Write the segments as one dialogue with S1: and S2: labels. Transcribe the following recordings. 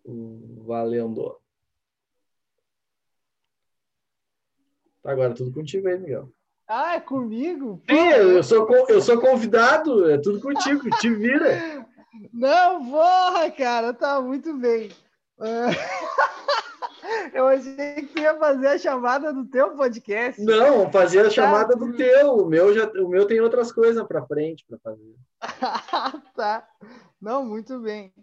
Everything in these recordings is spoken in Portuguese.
S1: Valendo. Agora tudo contigo aí, Miguel.
S2: Ah, é comigo?
S1: Sim, eu sou convidado, é tudo contigo, te vira.
S2: Não, porra, cara, tá muito bem. Eu achei que tu ia fazer a chamada do teu podcast.
S1: Não, fazer a chamada do teu. O meu tem outras coisas para frente para fazer.
S2: Tá. Não, muito bem.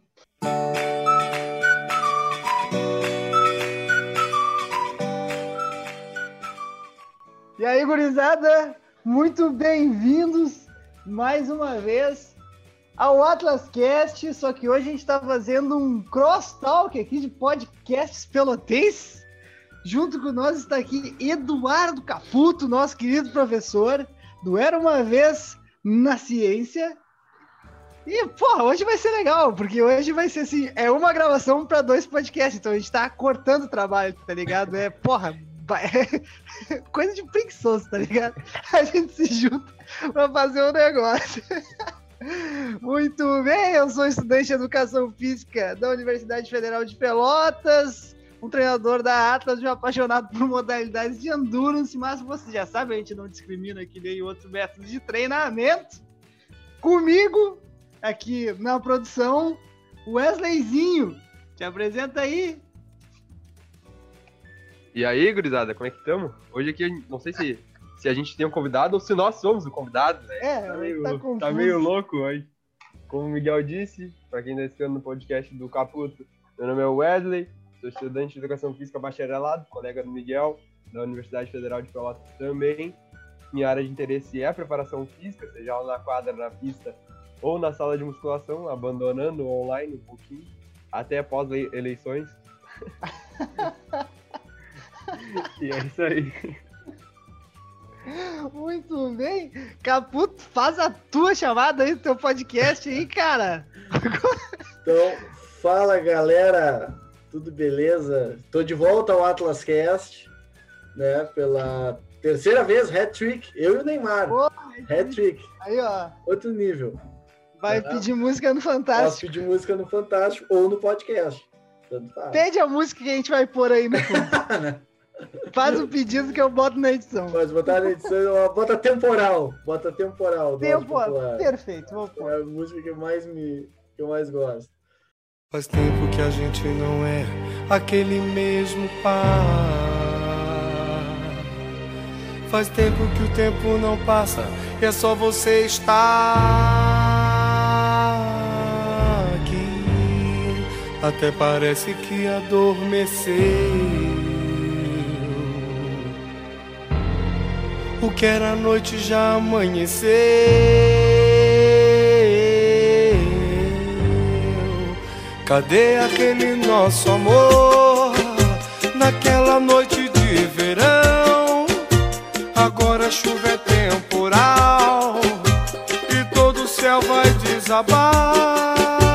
S2: E aí, gurizada, muito bem-vindos mais uma vez ao AtlasCast, só que hoje a gente está fazendo um crosstalk aqui de podcasts pelotenses. Junto com nós está aqui Eduardo Caputo, nosso querido professor do Era Uma Vez na Ciência. E, porra, hoje vai ser legal, porque hoje vai ser assim, é uma gravação para 2 podcasts, então a gente tá cortando o trabalho, tá ligado? Coisa de preguiçoso, tá ligado? A gente se junta para fazer um negócio. Muito bem, eu sou estudante de Educação Física da Universidade Federal de Pelotas, um treinador da Atlas, um apaixonado por modalidades de endurance, mas você já sabe, a gente não discrimina aqui nem outro método de treinamento. Comigo, aqui na produção, Wesleyzinho, te apresenta aí.
S3: E aí, gurizada, como é que estamos? Hoje aqui, não sei se a gente tem um convidado ou se nós somos o convidado, né? Tá meio louco hoje. Como o Miguel disse, para quem está escutando no podcast do Caputo, meu nome é Wesley, sou estudante de Educação Física bacharelado, colega do Miguel, da Universidade Federal de Pelotas também. Minha área de interesse é a preparação física, seja lá na quadra, na pista ou na sala de musculação, abandonando o online um pouquinho, até após eleições. E é isso aí.
S2: Muito bem. Caputo, faz a tua chamada aí do teu podcast aí, cara.
S1: Então, fala, galera. Tudo beleza? Tô de volta ao AtlasCast, né? Pela terceira vez, hat-trick. Eu e o Neymar. Hat-trick.
S2: Aí, ó.
S1: Outro nível.
S2: Vai pedir música no Fantástico.
S1: Posso pedir música no Fantástico ou no podcast. Tanto faz.
S2: Pede a música que a gente vai pôr aí no fundo. Faz o pedido que eu boto na edição.
S1: Pode botar na edição, bota temporal. Bota temporal.
S2: Perfeito, vou pôr.
S1: É a música que eu mais gosto.
S4: Faz tempo que a gente não é aquele mesmo par. Faz tempo que o tempo não passa e é só você estar aqui. Até parece que adormeceu. O que era noite já amanheceu. Cadê aquele nosso amor? Naquela noite de verão. Agora a chuva é temporal e todo o céu vai desabar.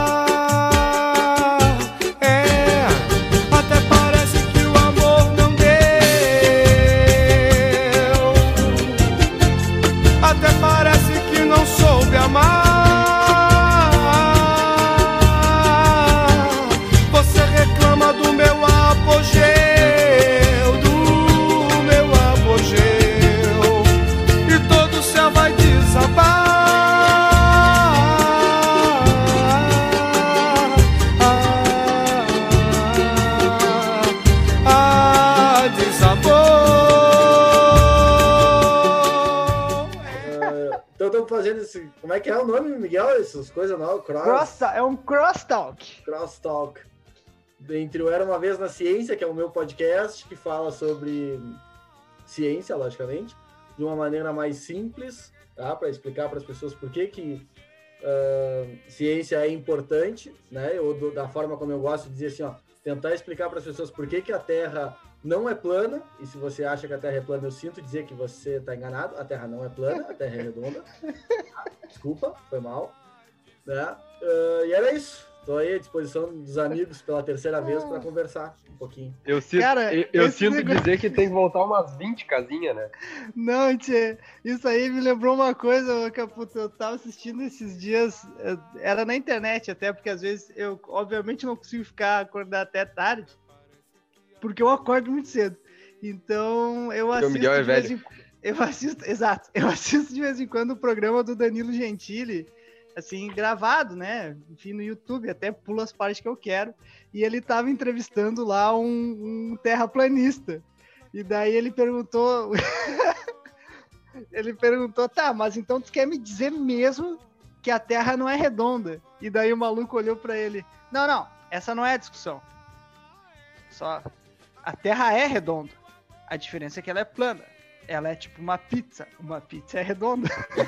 S1: Fazendo esse... Como é que é o nome, Miguel? Essas coisas novas?
S2: É um crosstalk.
S1: Crosstalk. Entre o Era Uma Vez na Ciência, que é o meu podcast, que fala sobre ciência, logicamente, de uma maneira mais simples, tá? Para explicar para as pessoas por que ciência é importante, né? Ou da forma como eu gosto de dizer assim, ó, tentar explicar para as pessoas por que a Terra não é plana, e se você acha que a Terra é plana, eu sinto dizer que você está enganado, a Terra não é plana, a Terra é redonda. Desculpa, foi mal. Né? E era isso. Tô aí à disposição dos amigos pela terceira vez para conversar um pouquinho.
S3: Eu sinto dizer que tem que voltar umas 20 casinhas, né?
S2: Não, tchê, isso aí me lembrou uma coisa, Caputo, eu tava assistindo esses dias, era na internet até, porque às vezes eu, obviamente, não consigo ficar acordado até tarde, porque eu acordo muito cedo. Então, eu assisto
S3: Miguel é velho.
S2: Eu assisto de vez em quando o programa do Danilo Gentili, assim, gravado, né? Enfim, no YouTube, até pulo as partes que eu quero. E ele tava entrevistando lá um terraplanista. E daí ele perguntou... tá, mas então tu quer me dizer mesmo que a Terra não é redonda? E daí o maluco olhou pra ele. Não, essa não é a discussão. Só, a Terra é redonda. A diferença é que ela é plana. Ela é tipo uma pizza. Uma pizza é redonda.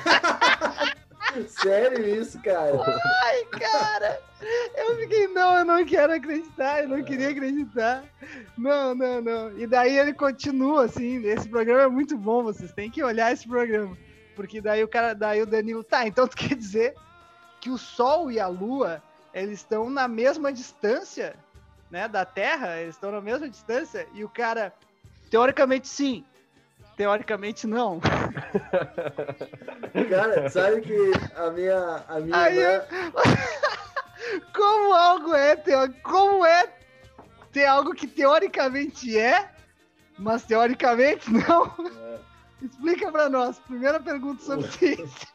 S1: Sério isso, cara?
S2: Ai, cara! Eu fiquei, eu não quero acreditar, eu não queria acreditar. Não. E daí ele continua, assim, esse programa é muito bom, vocês têm que olhar esse programa. Porque daí o Danilo, tá, então tu quer dizer que o Sol e a Lua, eles estão na mesma distância, né, da Terra? Eles estão na mesma distância? E o cara, teoricamente sim. Teoricamente, não.
S1: Cara, sabe que a minha
S2: aí,
S1: irmã...
S2: Como é ter algo que teoricamente é, mas teoricamente não? É. Explica pra nós. Primeira pergunta sobre ciência.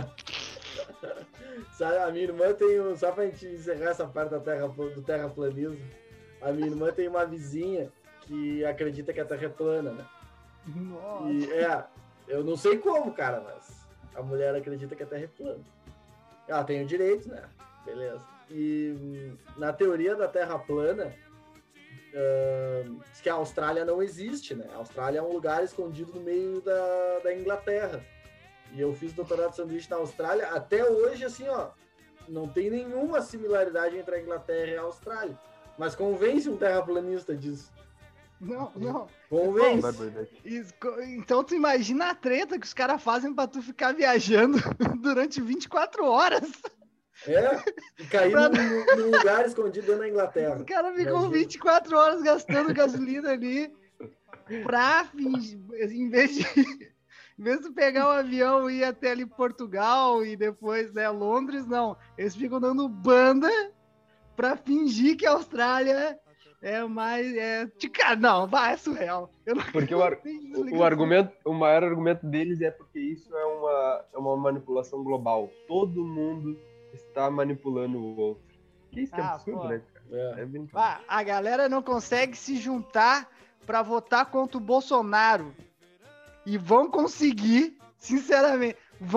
S1: Sabe, a minha irmã tem só pra gente encerrar essa parte do terraplanismo, a minha irmã tem uma vizinha que acredita que a Terra é plana, né?
S2: Nossa.
S1: E eu não sei como, cara, mas a mulher acredita que a Terra é plana. Ela tem o direito, né? Beleza. E na teoria da Terra plana, diz que a Austrália não existe, né? A Austrália é um lugar escondido no meio da Inglaterra. E eu fiz doutorado de sanduíche na Austrália. Até hoje, assim, ó, não tem nenhuma similaridade entre a Inglaterra e a Austrália. Mas convence um terraplanista disso.
S2: Não.
S1: Convence.
S2: Então tu imagina a treta que os caras fazem pra tu ficar viajando durante 24 horas.
S1: E cair num lugar escondido dentro da Inglaterra.
S2: Os caras ficam 24 horas gastando gasolina ali pra fingir, em vez de pegar um avião e ir até ali Portugal e depois, né, Londres, não. Eles ficam dando banda pra fingir que a Austrália é mais... Não, é surreal.
S3: Porque o maior argumento deles é porque isso é uma manipulação global. Todo mundo está manipulando o outro. Que isso que é absurdo, né, cara?
S2: A galera não consegue se juntar pra votar contra o Bolsonaro. E vão conseguir, sinceramente,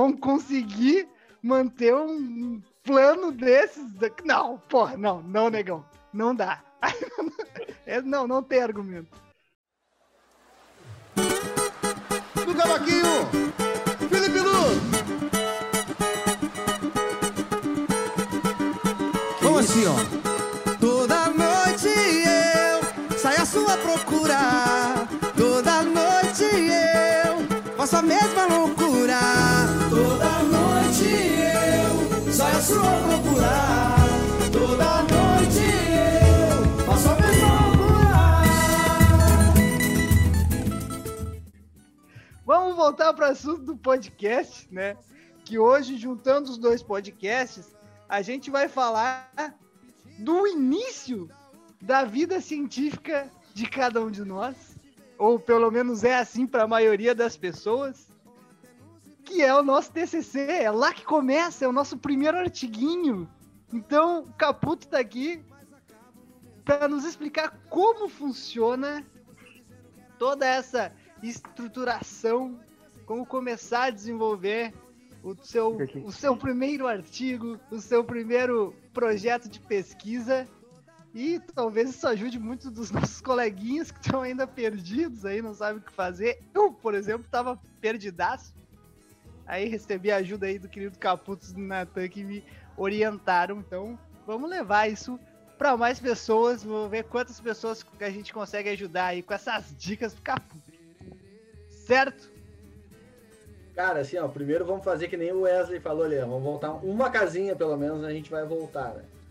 S2: manter um plano desses. Não, porra, não, negão. Não dá. Não tem argumento.
S5: No cavaquinho, Felipe Lu. Vamos assim, ó. Toda noite eu saio à sua procura. Toda noite eu faço a mesma loucura. Toda noite eu saio à sua procura. Toda noite eu faço a mesma loucura.
S2: Vamos voltar para o assunto do podcast, né? Que hoje, juntando os dois podcasts, a gente vai falar do início da vida científica de cada um de nós, ou pelo menos é assim para a maioria das pessoas, que é o nosso TCC, é lá que começa, é o nosso primeiro artiguinho. Então, o Caputo tá aqui para nos explicar como funciona toda essa estruturação, como começar a desenvolver o seu primeiro artigo, o seu primeiro projeto de pesquisa. E talvez isso ajude muito dos nossos coleguinhas que estão ainda perdidos aí, não sabem o que fazer. Eu, por exemplo, estava perdidaço. Aí recebi a ajuda aí do querido Caputo e do Natan que me orientaram. Então, vamos levar isso para mais pessoas. Vou ver quantas pessoas que a gente consegue ajudar aí com essas dicas do Caputo. Certo?
S1: Cara, assim, ó, primeiro vamos fazer que nem o Wesley falou ali, vamos voltar uma casinha pelo menos, a gente vai voltar, né?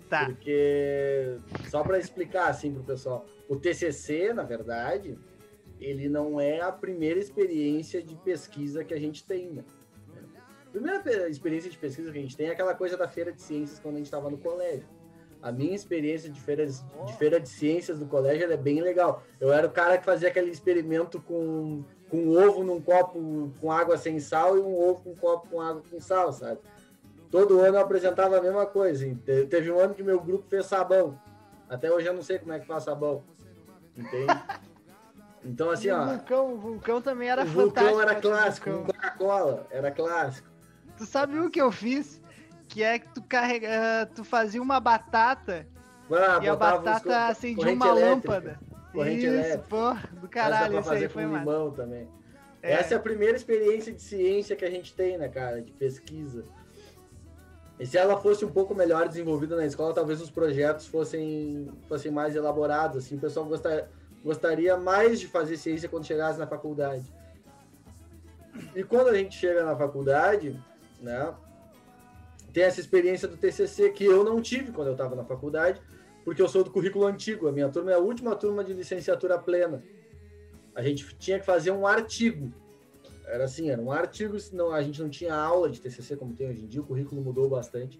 S2: Tá.
S1: Porque, só para explicar assim pro pessoal, o TCC, na verdade, ele não é a primeira experiência de pesquisa que a gente tem, né? A primeira experiência de pesquisa que a gente tem é aquela coisa da feira de ciências quando a gente estava no colégio. A minha experiência de feira de ciências do colégio ela é bem legal. Eu era o cara que fazia aquele experimento com ovo num copo com água sem sal e um ovo com um copo com água com sal, sabe? Todo ano eu apresentava a mesma coisa. Teve um ano que meu grupo fez sabão. Até hoje eu não sei como é que faz sabão. Entende? Então, assim, ó...
S2: O vulcão também era fantástico.
S1: O vulcão era clássico. O Coca-Cola era clássico.
S2: Tu sabe o que eu fiz? Que é que tu fazia uma batata e a batata acendia uma lâmpada.
S1: Corrente elétrica.
S2: Pô, do caralho, isso aí foi
S1: com limão também. Essa é a primeira experiência de ciência que a gente tem, né, cara? De pesquisa. E se ela fosse um pouco melhor desenvolvida na escola, talvez os projetos fossem mais elaborados, assim, o pessoal gostaria mais de fazer ciência quando chegasse na faculdade. E quando a gente chega na faculdade, né, tem essa experiência do TCC que eu não tive quando eu estava na faculdade, porque eu sou do currículo antigo. A minha turma é a última turma de licenciatura plena. A gente tinha que fazer um artigo. Era assim, era um artigo, senão a gente não tinha aula de TCC como tem hoje em dia, o currículo mudou bastante.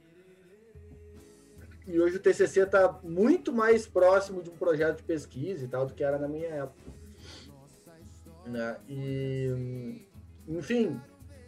S1: E hoje o TCC está muito mais próximo de um projeto de pesquisa e tal do que era na minha época. Né? E, enfim,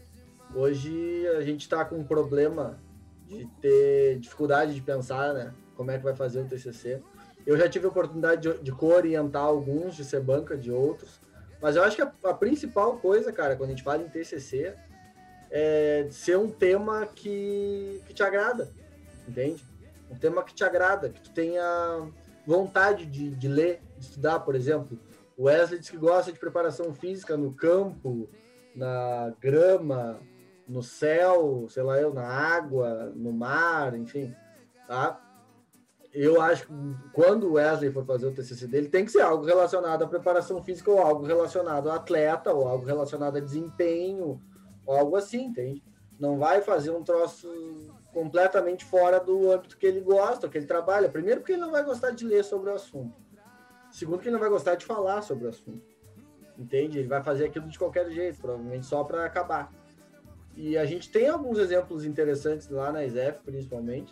S1: hoje a gente está com um problema de ter dificuldade de pensar, né, como é que vai fazer o TCC. Eu já tive a oportunidade de co-orientar alguns, de ser banca de outros. Mas eu acho que a principal coisa, cara, quando a gente fala em TCC, é ser um tema que te agrada, entende? Um tema que te agrada, que tu tenha vontade de ler, de estudar, por exemplo. O Wesley diz que gosta de preparação física no campo, na grama, no céu, sei lá eu, na água, no mar, enfim, tá? Eu acho que quando o Wesley for fazer o TCC dele, tem que ser algo relacionado à preparação física, ou algo relacionado ao atleta, ou algo relacionado a desempenho, ou algo assim, entende? Não vai fazer um troço completamente fora do âmbito que ele gosta, que ele trabalha. Primeiro, porque ele não vai gostar de ler sobre o assunto. Segundo, que ele não vai gostar de falar sobre o assunto. Entende? Ele vai fazer aquilo de qualquer jeito, provavelmente só para acabar. E a gente tem alguns exemplos interessantes lá na ESEF, principalmente,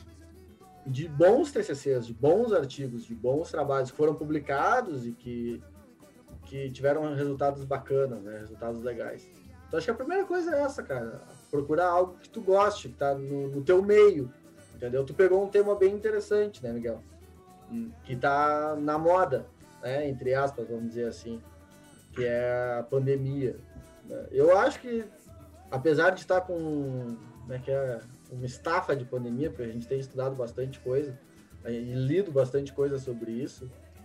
S1: de bons TCCs, de bons artigos, de bons trabalhos que foram publicados e que tiveram resultados bacanas, né? Resultados legais. Então acho que a primeira coisa é essa, cara. Procurar algo que tu goste, que tá no teu meio, entendeu? Tu pegou um tema bem interessante, né, Miguel? Que tá na moda, né? Entre aspas, vamos dizer assim, que é a pandemia. Eu acho que, apesar de estar com, né, que é uma estafa de pandemia, porque a gente tem estudado bastante coisa e lido bastante coisa sobre isso,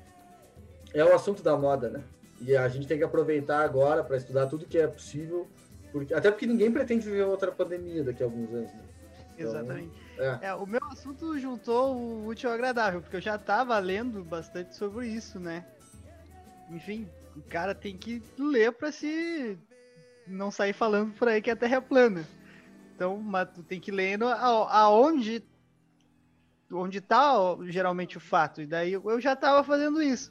S1: é o assunto da moda, né? E a gente tem que aproveitar agora para estudar tudo que é possível, até porque ninguém pretende viver outra pandemia daqui a alguns anos, né? Então,
S2: exatamente. O meu assunto juntou o útil ao agradável, porque eu já estava lendo bastante sobre isso, né? Enfim, o cara tem que ler para se não sair falando por aí que a Terra é plana. Então, mas tu tem que ler onde tá geralmente o fato. E daí eu já estava fazendo isso.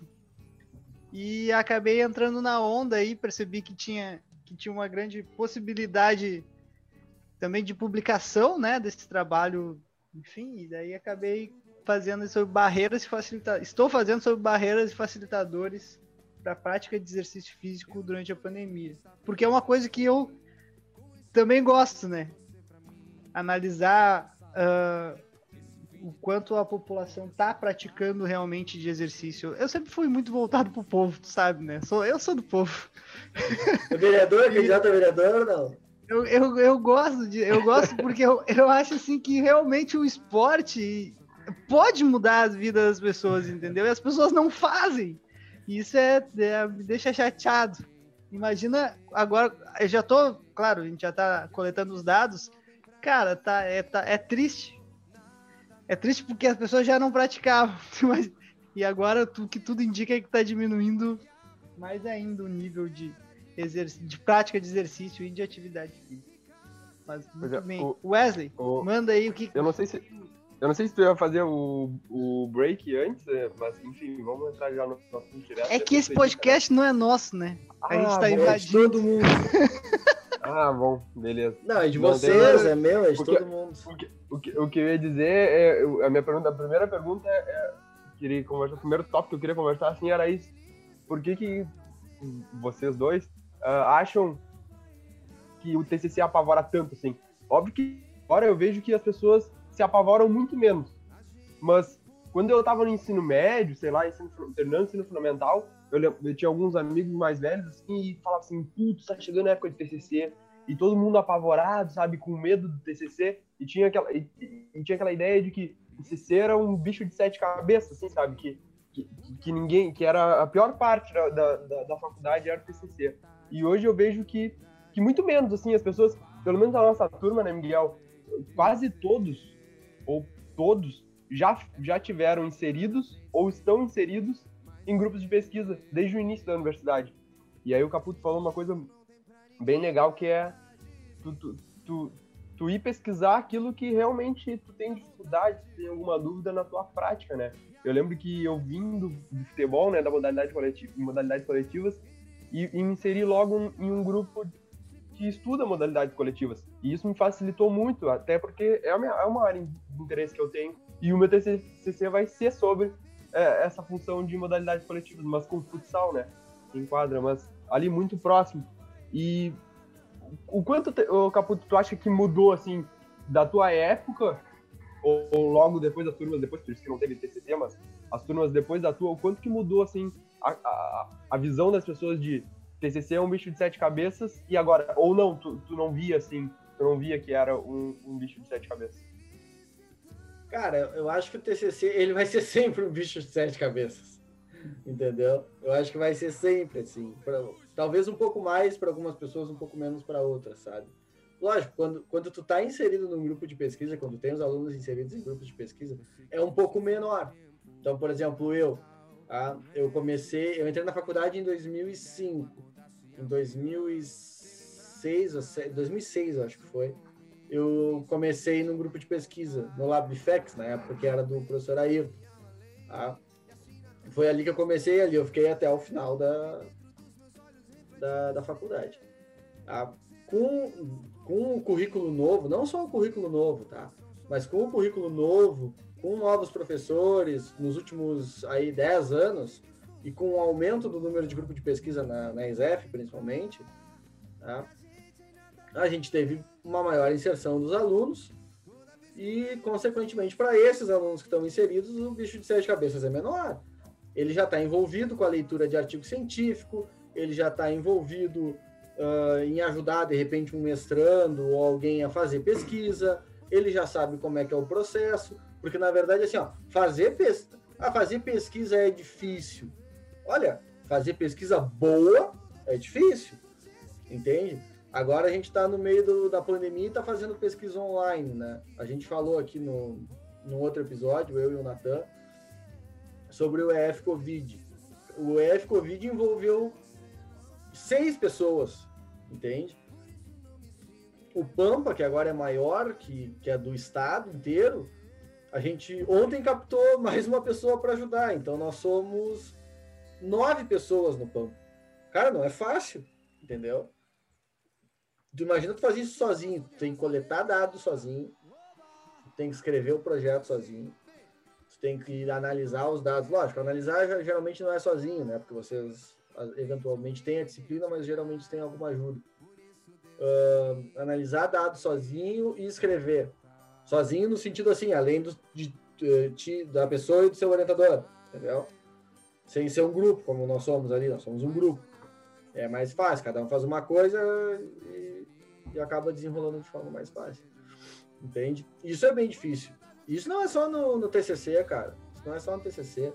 S2: E acabei entrando na onda aí, percebi que tinha uma grande possibilidade também de publicação, né, desse trabalho. Enfim, e daí acabei fazendo sobre barreiras e facilitadores. Estou fazendo sobre barreiras e facilitadores para a prática de exercício físico durante a pandemia. Porque é uma coisa que eu também gosto, né? Analisar o quanto a população está praticando realmente de exercício. Eu sempre fui muito voltado pro povo, tu sabe, né? Eu sou do povo.
S1: É vereador, candidato a vereador, não?
S2: Eu gosto porque eu acho assim que realmente o esporte pode mudar a vida das pessoas, entendeu? E as pessoas não fazem. E isso me deixa chateado. Imagina, agora, eu já tô, claro, a gente já tá coletando os dados. Cara, é triste. É triste porque as pessoas já não praticavam. E agora o que tudo indica é que está diminuindo mais ainda o nível de prática de exercício e de atividade física. Mas muito bem. Wesley, manda aí o que...
S3: Eu não sei se... Eu não sei se tu ia fazer o break antes, mas enfim, vamos entrar já no assunto direto.
S2: É que esse podcast não é nosso, né? A gente tá invadindo.
S1: Todo mundo.
S3: Bom, beleza.
S1: Não, é de vocês, é meu, é de todo mundo.
S3: O que eu ia dizer é, a primeira pergunta queria conversar, o primeiro tópico que eu queria conversar assim era isso. Por que vocês dois acham que o TCC apavora tanto assim? Óbvio que agora eu vejo que as pessoas se apavoram muito menos. Mas quando eu tava no ensino médio, sei lá, terminando o ensino fundamental, eu tinha alguns amigos mais velhos assim, e falavam assim, putz, tá chegando a época de TCC, e todo mundo apavorado, sabe, com medo do TCC, e tinha aquela ideia de que o TCC era um bicho de 7 cabeças, assim, sabe, que ninguém, que era a pior parte da faculdade era o TCC. E hoje eu vejo que muito menos, assim, as pessoas, pelo menos a nossa turma, né, Miguel, quase todos, ou todos, já tiveram inseridos ou estão inseridos em grupos de pesquisa desde o início da universidade. E aí o Caputo falou uma coisa bem legal, que é tu ir pesquisar aquilo que realmente tu tem dificuldade, tu tem alguma dúvida na tua prática, né? Eu lembro que eu vim do futebol, né, da modalidades coletivas, e me inseri logo em um grupo que estuda modalidades coletivas. E isso me facilitou muito, até porque é uma área de interesse que eu tenho. E o meu TCC vai ser sobre essa função de modalidades coletivas, mas com futsal, né? Em quadra, mas ali muito próximo. E o quanto, Caputo, tu acha que mudou, assim, da tua época, ou logo depois das turmas, depois, por isso que não teve TCC, mas as turmas depois da tua, o quanto que mudou, assim, a visão das pessoas de TCC é um bicho de 7 cabeças, e agora, ou não, tu não via, assim, tu não via que era um bicho de 7 cabeças?
S1: Cara, eu acho que o TCC, ele vai ser sempre um bicho de 7 cabeças, entendeu? Eu acho que vai ser sempre assim, talvez um pouco mais para algumas pessoas, um pouco menos para outras, sabe? Lógico, quando tu tá inserido num grupo de pesquisa, quando tem os alunos inseridos em grupos de pesquisa, é um pouco menor. Então, por exemplo, eu entrei na faculdade em 2005, em 2006, eu acho que foi. Eu comecei num grupo de pesquisa, no Lab Bifex, na época que era do professor Ayrton. Tá? Foi ali que eu comecei, ali eu fiquei até o final da faculdade. Tá? Com o currículo novo, não só o currículo novo, tá? Mas com o currículo novo, com novos professores, nos últimos 10 anos, e com o aumento do número de grupo de pesquisa na ESEF, principalmente, tá? A gente teve uma maior inserção dos alunos e, consequentemente, para esses alunos que estão inseridos, o bicho de 7 cabeças é menor. Ele já está envolvido com a leitura de artigo científico, ele já está envolvido em ajudar, de repente, um mestrando ou alguém a fazer pesquisa, ele já sabe como é que é o processo, porque, na verdade, assim, fazer pesquisa é difícil. Olha, fazer pesquisa boa é difícil, entende? Agora a gente está no meio da pandemia e está fazendo pesquisa online, né? A gente falou aqui no outro episódio, eu e o Natan, sobre o EF Covid. O EF Covid envolveu 6 pessoas, entende? O Pampa, que agora é maior, que é do estado inteiro, a gente ontem captou mais uma pessoa para ajudar, então nós somos 9 pessoas no Pampa. Cara, não é fácil, entendeu? Tu imagina tu fazer isso sozinho, tu tem que coletar dados sozinho, tu tem que escrever o projeto sozinho, tu tem que analisar os dados. Lógico, analisar geralmente não é sozinho, né? Porque vocês eventualmente têm a disciplina, mas geralmente tem alguma ajuda. Analisar dados sozinho e escrever. Sozinho no sentido assim, além da pessoa e do seu orientador, entendeu? Sem ser um grupo, como nós somos ali, nós somos um grupo. É mais fácil, cada um faz uma coisa e acaba desenrolando de forma mais fácil. Entende? Isso é bem difícil. Isso não é só no TCC, cara. Isso não é só no TCC.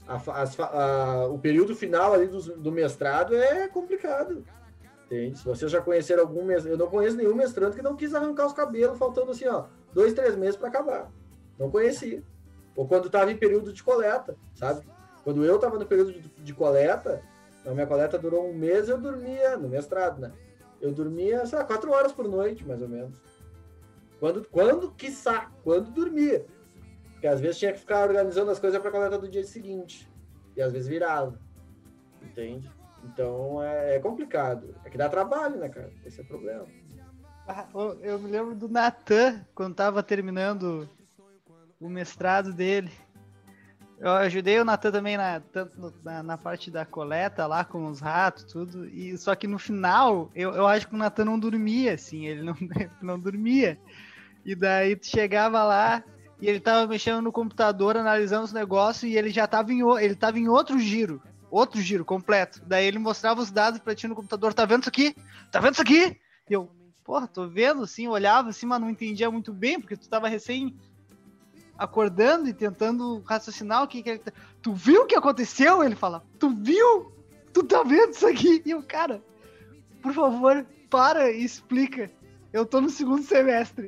S1: O período final ali do mestrado é complicado. Entende? Se vocês já conheceram algum mestrando, eu não conheço nenhum mestrando que não quis arrancar os cabelos, faltando assim, 2, 3 meses para acabar. Não conhecia. Ou quando estava em período de coleta, sabe? Quando eu estava no período de coleta, a minha coleta durou 1 mês, eu dormia, no mestrado, né? Eu dormia, 4 horas por noite, mais ou menos. Quando dormia. Porque às vezes tinha que ficar organizando as coisas para coleta do dia seguinte. E às vezes virava. Entende? Então é complicado. É que dá trabalho, né, cara? Esse é o problema.
S2: Eu me lembro do Natan, quando tava terminando o mestrado dele. Eu ajudei o Natan também na parte da coleta lá com os ratos, tudo. E só que no final, eu acho que o Natan não dormia, assim, ele não dormia. E daí tu chegava lá e ele tava mexendo no computador, analisando os negócios, e ele já tava em outro giro completo. Daí ele mostrava os dados pra ti no computador, tá vendo isso aqui? Tá vendo isso aqui? E eu, porra, tô vendo, assim, olhava assim, mas não entendia muito bem, porque tu tava recém acordando e tentando raciocinar o que ele... Tu viu o que aconteceu? Ele fala, tu viu? Tu tá vendo isso aqui? E eu, cara, por favor, para e explica. Eu tô no segundo semestre.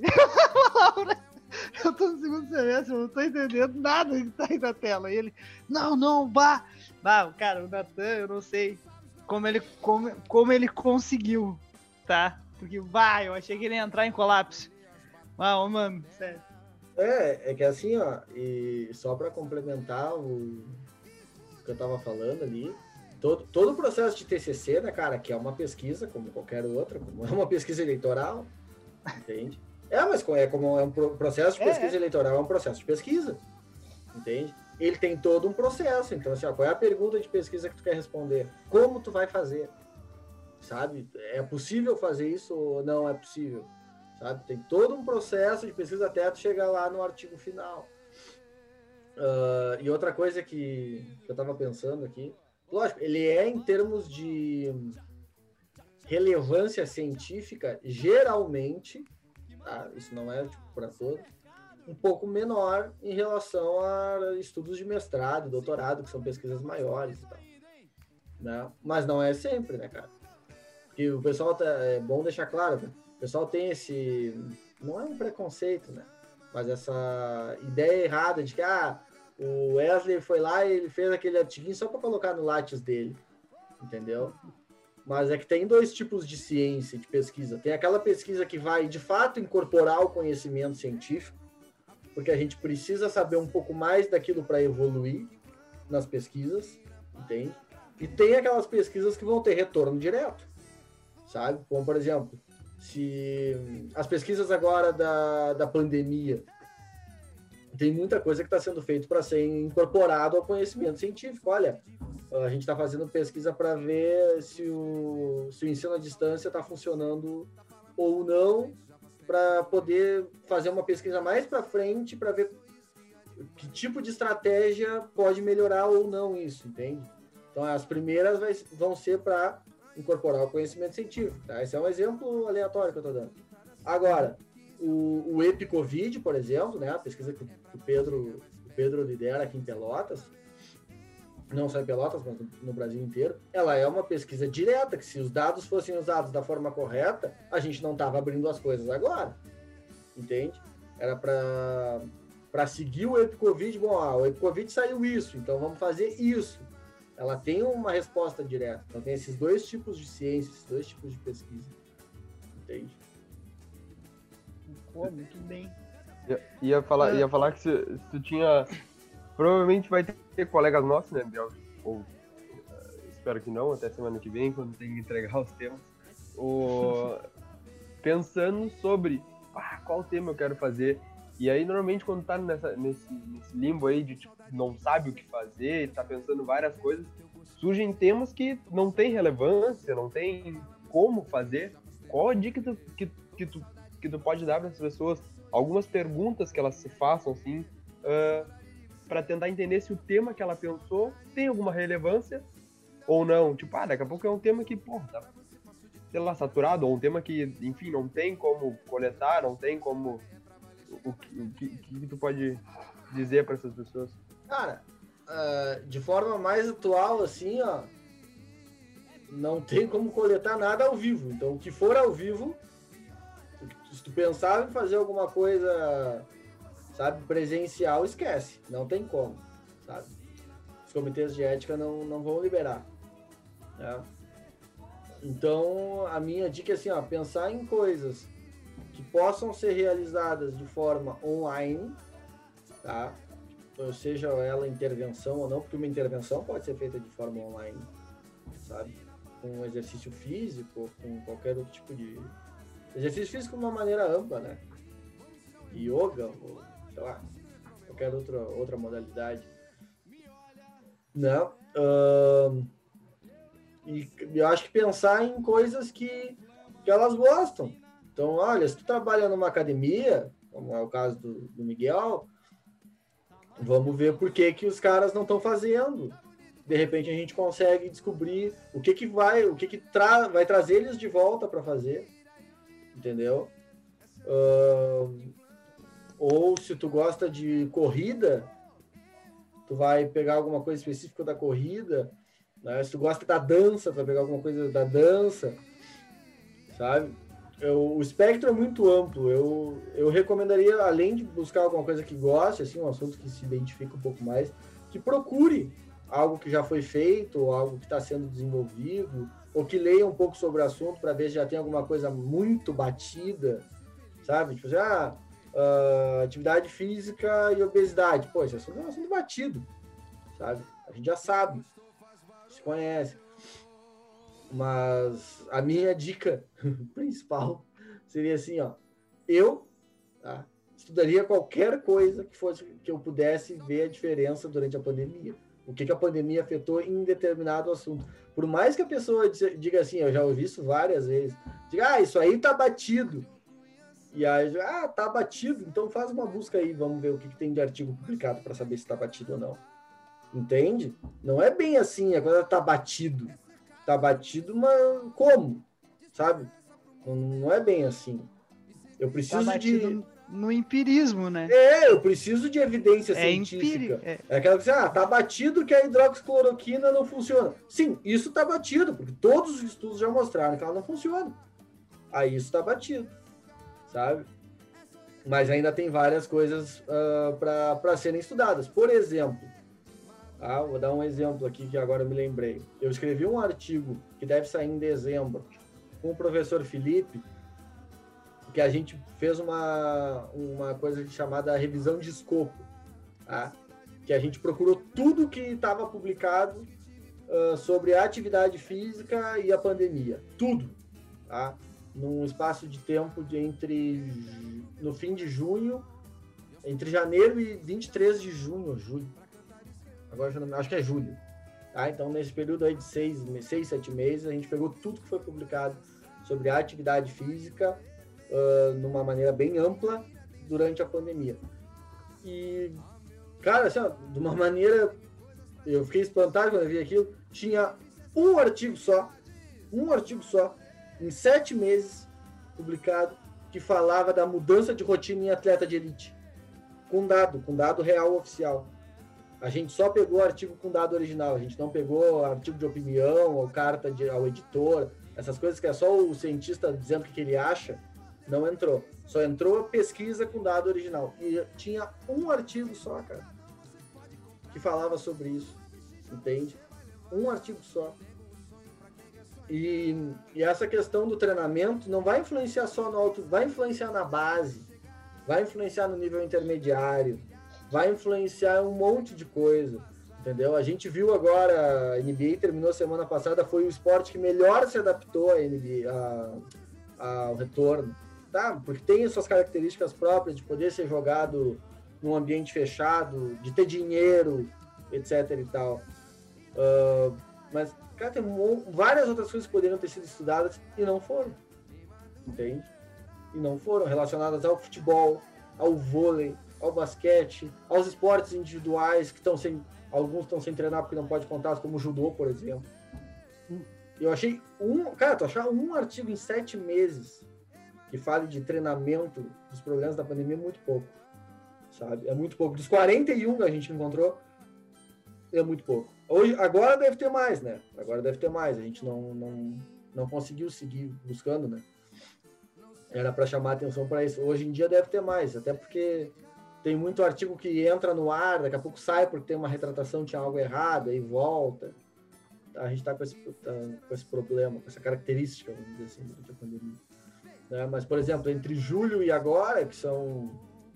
S2: Eu tô no segundo semestre, eu não tô entendendo nada que tá aí na tela. E ele, não, bah, cara, o Natan, eu não sei como ele conseguiu, tá? Porque, eu achei que ele ia entrar em colapso. Mano, sério.
S1: É que assim, ó, e só para complementar o que eu tava falando ali, todo o processo de TCC, né, cara, que é uma pesquisa, como qualquer outra, como é uma pesquisa eleitoral, entende? Mas como é um processo de pesquisa eleitoral, é um processo de pesquisa, entende? Ele tem todo um processo, então assim, ó, qual é a pergunta de pesquisa que tu quer responder? Como tu vai fazer? Sabe? É possível fazer isso ou não é possível? Sabe? Tem todo um processo de pesquisa até tu chegar lá no artigo final. E outra coisa que eu estava pensando aqui, lógico, ele é em termos de relevância científica, geralmente, tá? Isso não é tipo, para todos, um pouco menor em relação a estudos de mestrado, doutorado, que são pesquisas maiores e tal. Né? Mas não é sempre, né, cara? Porque o pessoal, é bom deixar claro, né? O pessoal tem esse, não é um preconceito, né? Mas essa ideia errada de que, o Wesley foi lá e ele fez aquele artiguinho só para colocar no Lattes dele, entendeu? Mas é que tem dois tipos de ciência, de pesquisa. Tem aquela pesquisa que vai, de fato, incorporar o conhecimento científico, porque a gente precisa saber um pouco mais daquilo para evoluir nas pesquisas, entende? E tem aquelas pesquisas que vão ter retorno direto, sabe? Como, por exemplo, se as pesquisas agora da pandemia, tem muita coisa que está sendo feita para ser incorporado ao conhecimento científico. Olha, a gente está fazendo pesquisa para ver se o ensino à distância está funcionando ou não, para poder fazer uma pesquisa mais para frente, para ver que tipo de estratégia pode melhorar ou não isso, entende? Então, as primeiras vão ser para incorporar o conhecimento científico. Tá? Esse é um exemplo aleatório que eu estou dando. Agora, o EpiCovid, por exemplo, né, a pesquisa que o Pedro lidera aqui em Pelotas, não só em Pelotas, mas no Brasil inteiro, ela é uma pesquisa direta, que se os dados fossem usados da forma correta, a gente não estava abrindo as coisas agora, entende? Era para seguir o EpiCovid, o EpiCovid saiu isso, então vamos fazer isso. Ela tem uma resposta direta, então tem esses dois tipos de ciência, esses dois tipos de pesquisa, entende?
S2: Pô, muito bem.
S3: Ia falar que se tu tinha... Provavelmente vai ter colegas nossos, né, Biel? Ou espero que não, até semana que vem, quando tem que entregar os temas. Pensando sobre qual tema eu quero fazer. E aí, normalmente, quando tá nesse limbo aí de tipo, não sabe o que fazer, tá pensando várias coisas, surgem temas que não tem relevância, não tem como fazer. Qual a dica que tu pode dar para as pessoas? Algumas perguntas que elas se façam, assim, para tentar entender se o tema que ela pensou tem alguma relevância ou não. Tipo, daqui a pouco é um tema que, tá, sei lá, saturado, ou um tema que, enfim, não tem como coletar, não tem como... O que tu pode dizer para essas pessoas?
S1: Cara, de forma mais atual, assim, não tem como coletar nada ao vivo. Então, o que for ao vivo, se tu pensar em fazer alguma coisa, sabe, presencial, esquece. Não tem como, sabe? Os comitês de ética não vão liberar, né? Então, a minha dica é assim, pensar em coisas que possam ser realizadas de forma online, tá? Ou seja ela intervenção ou não, porque uma intervenção pode ser feita de forma online, sabe? Com exercício físico, com qualquer outro tipo de... Exercício físico de uma maneira ampla, né? Yoga, ou sei lá, qualquer outra modalidade. Não. E eu acho que pensar em coisas que elas gostam. Então, olha, se tu trabalha numa academia, como é o caso do Miguel, vamos ver por que os caras não estão fazendo. De repente a gente consegue descobrir o que vai trazer eles de volta para fazer, entendeu? Ou se tu gosta de corrida, tu vai pegar alguma coisa específica da corrida, né? Se tu gosta da dança, tu vai pegar alguma coisa da dança, sabe? O espectro é muito amplo. Eu recomendaria, além de buscar alguma coisa que goste, assim, um assunto que se identifica um pouco mais, que procure algo que já foi feito, ou algo que está sendo desenvolvido, ou que leia um pouco sobre o assunto para ver se já tem alguma coisa muito batida, sabe? Tipo assim, atividade física e obesidade. Pô, esse assunto é um assunto batido, sabe? A gente já sabe, se conhece. Mas a minha dica principal seria assim, ó, eu estudaria qualquer coisa que eu pudesse ver a diferença durante a pandemia. O que a pandemia afetou em determinado assunto. Por mais que a pessoa diga assim, eu já ouvi isso várias vezes, diga, isso aí tá batido. E aí, tá batido, então faz uma busca aí, vamos ver o que tem de artigo publicado para saber se tá batido ou não. Entende? Não é bem assim, a coisa tá batido. Tá batido, mas como? Sabe? Não é bem assim. Eu preciso
S2: no empirismo, né?
S1: Eu preciso de evidência científica. É aquela que tá batido que a hidroxicloroquina não funciona. Sim, isso tá batido, porque todos os estudos já mostraram que ela não funciona. Aí isso tá batido, sabe? Mas ainda tem várias coisas para serem estudadas. Por exemplo, vou dar um exemplo aqui que agora eu me lembrei. Eu escrevi um artigo que deve sair em dezembro com o professor Felipe, que a gente fez uma coisa chamada revisão de escopo, tá? Que a gente procurou tudo que estava publicado sobre a atividade física e a pandemia. Tudo, tá? Num espaço de tempo no fim de junho, entre janeiro e 23 de junho, julho. Agora acho que é julho. Tá? Então, nesse período aí de 6, 7 meses, a gente pegou tudo que foi publicado sobre a atividade física numa maneira bem ampla durante a pandemia. E, cara, assim, de uma maneira... Eu fiquei espantado quando eu vi aquilo. Tinha um artigo só, em 7 meses, publicado, que falava da mudança de rotina em atleta de elite. Com dado real oficial. A gente só pegou o artigo com dado original, a gente não pegou artigo de opinião ou carta ao editor, essas coisas que é só o cientista dizendo o que ele acha, não entrou. Só entrou a pesquisa com dado original. E tinha um artigo só, cara, que falava sobre isso, entende? Um artigo só. E essa questão do treinamento não vai influenciar só no alto, vai influenciar na base, vai influenciar no nível intermediário, vai influenciar um monte de coisa, entendeu? A gente viu agora, a NBA terminou semana passada, foi o esporte que melhor se adaptou à NBA, ao retorno, tá? Porque tem as suas características próprias de poder ser jogado num ambiente fechado, de ter dinheiro, etc e tal. Mas, cara, tem várias outras coisas que poderiam ter sido estudadas e não foram, entende? E não foram relacionadas ao futebol, ao vôlei, ao basquete, aos esportes individuais que alguns estão sem treinar porque não pode contar, como o judô, por exemplo. Eu achei tu achar um artigo em 7 meses que fale de treinamento dos problemas da pandemia é muito pouco, sabe? É muito pouco. Dos 41 que a gente encontrou, é muito pouco. Agora deve ter mais, né? A gente não conseguiu seguir buscando, né? Era para chamar atenção para isso. Hoje em dia deve ter mais, até porque tem muito artigo que entra no ar, daqui a pouco sai porque tem uma retratação, tinha algo errado, aí volta. A gente está com esse problema, com essa característica, vamos dizer assim, durante a pandemia. Né? Mas, por exemplo, entre julho e agora, que são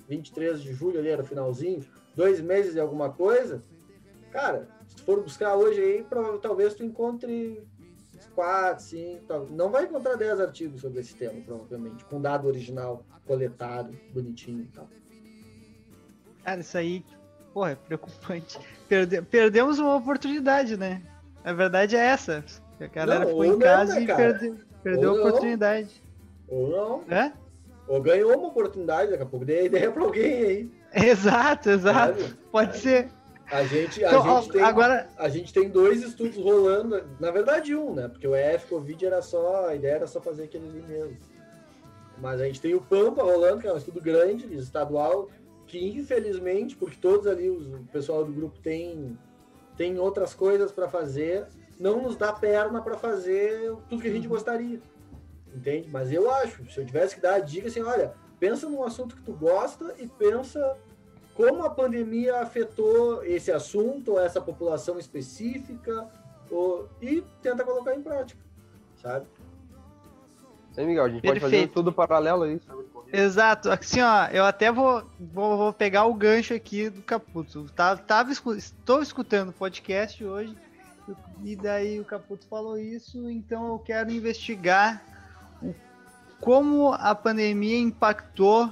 S1: 23 de julho ali, era o finalzinho, 2 meses e alguma coisa, cara, se tu for buscar hoje aí, talvez tu encontre 4, 5, não vai encontrar 10 artigos sobre esse tema, provavelmente, com dado original, coletado, bonitinho e tal.
S2: Cara, isso aí, porra, é preocupante. Perdemos uma oportunidade, né? A verdade é essa. A galera ficou em casa e perdeu a oportunidade.
S1: Ou não.
S2: É?
S1: Ou ganhou uma oportunidade, daqui a pouco dei a ideia pra alguém aí.
S2: Exato. Sabe? Pode ser.
S1: A gente tem 2 estudos rolando, na verdade né? Porque o Covid a ideia era só fazer aquele ali mesmo. Mas a gente tem o Pampa rolando, que é um estudo grande, estadual, que infelizmente, porque todos ali, o pessoal do grupo tem outras coisas para fazer, não nos dá perna para fazer tudo que a gente gostaria, entende? Mas eu acho, se eu tivesse que dar a dica, assim, olha, pensa num assunto que tu gosta e pensa como a pandemia afetou esse assunto, ou essa população específica, e tenta colocar em prática, sabe?
S3: Sim, Miguel, a gente pode fazer tudo paralelo aí, sabe?
S2: Exato, assim, ó, eu até vou pegar o gancho aqui do Caputo. Estou escutando o podcast hoje, e daí o Caputo falou isso, então eu quero investigar como a pandemia impactou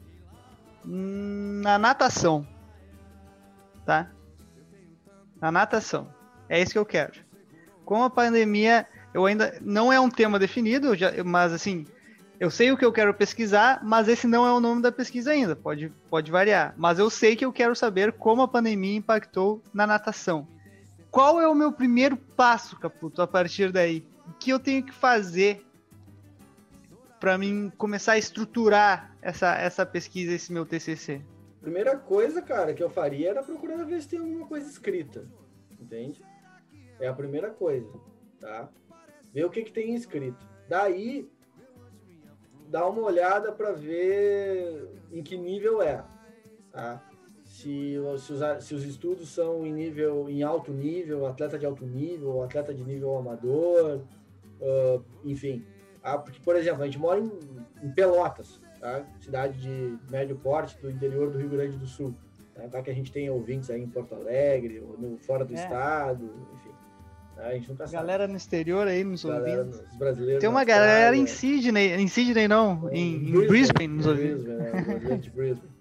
S2: na natação, tá? Na natação, é isso que eu quero. Como a pandemia, eu ainda não é um tema definido, mas assim, eu sei o que eu quero pesquisar, mas esse não é o nome da pesquisa ainda, pode variar. Mas eu sei que eu quero saber como a pandemia impactou na natação. Qual é o meu primeiro passo, Caputo, a partir daí? O que eu tenho que fazer para mim começar a estruturar essa pesquisa, esse meu TCC?
S1: Primeira coisa, cara, que eu faria era procurar ver se tem alguma coisa escrita, entende? É a primeira coisa, tá? Ver o que tem escrito. Daí, dá uma olhada para ver em que nível é, tá? Se os estudos são em alto nível, atleta de alto nível, atleta de nível amador, enfim. Porque, por exemplo, a gente mora em Pelotas, tá? Cidade de médio porte do interior do Rio Grande do Sul. Tá? Que a gente tem ouvintes aí em Porto Alegre, ou fora do estado, enfim. A gente nunca sabe.
S2: Galera no exterior aí nos ouvindo.
S1: Os brasileiros.
S2: Tem uma galera em Sydney não, em Brisbane nos ouvindo.
S1: De Brisbane.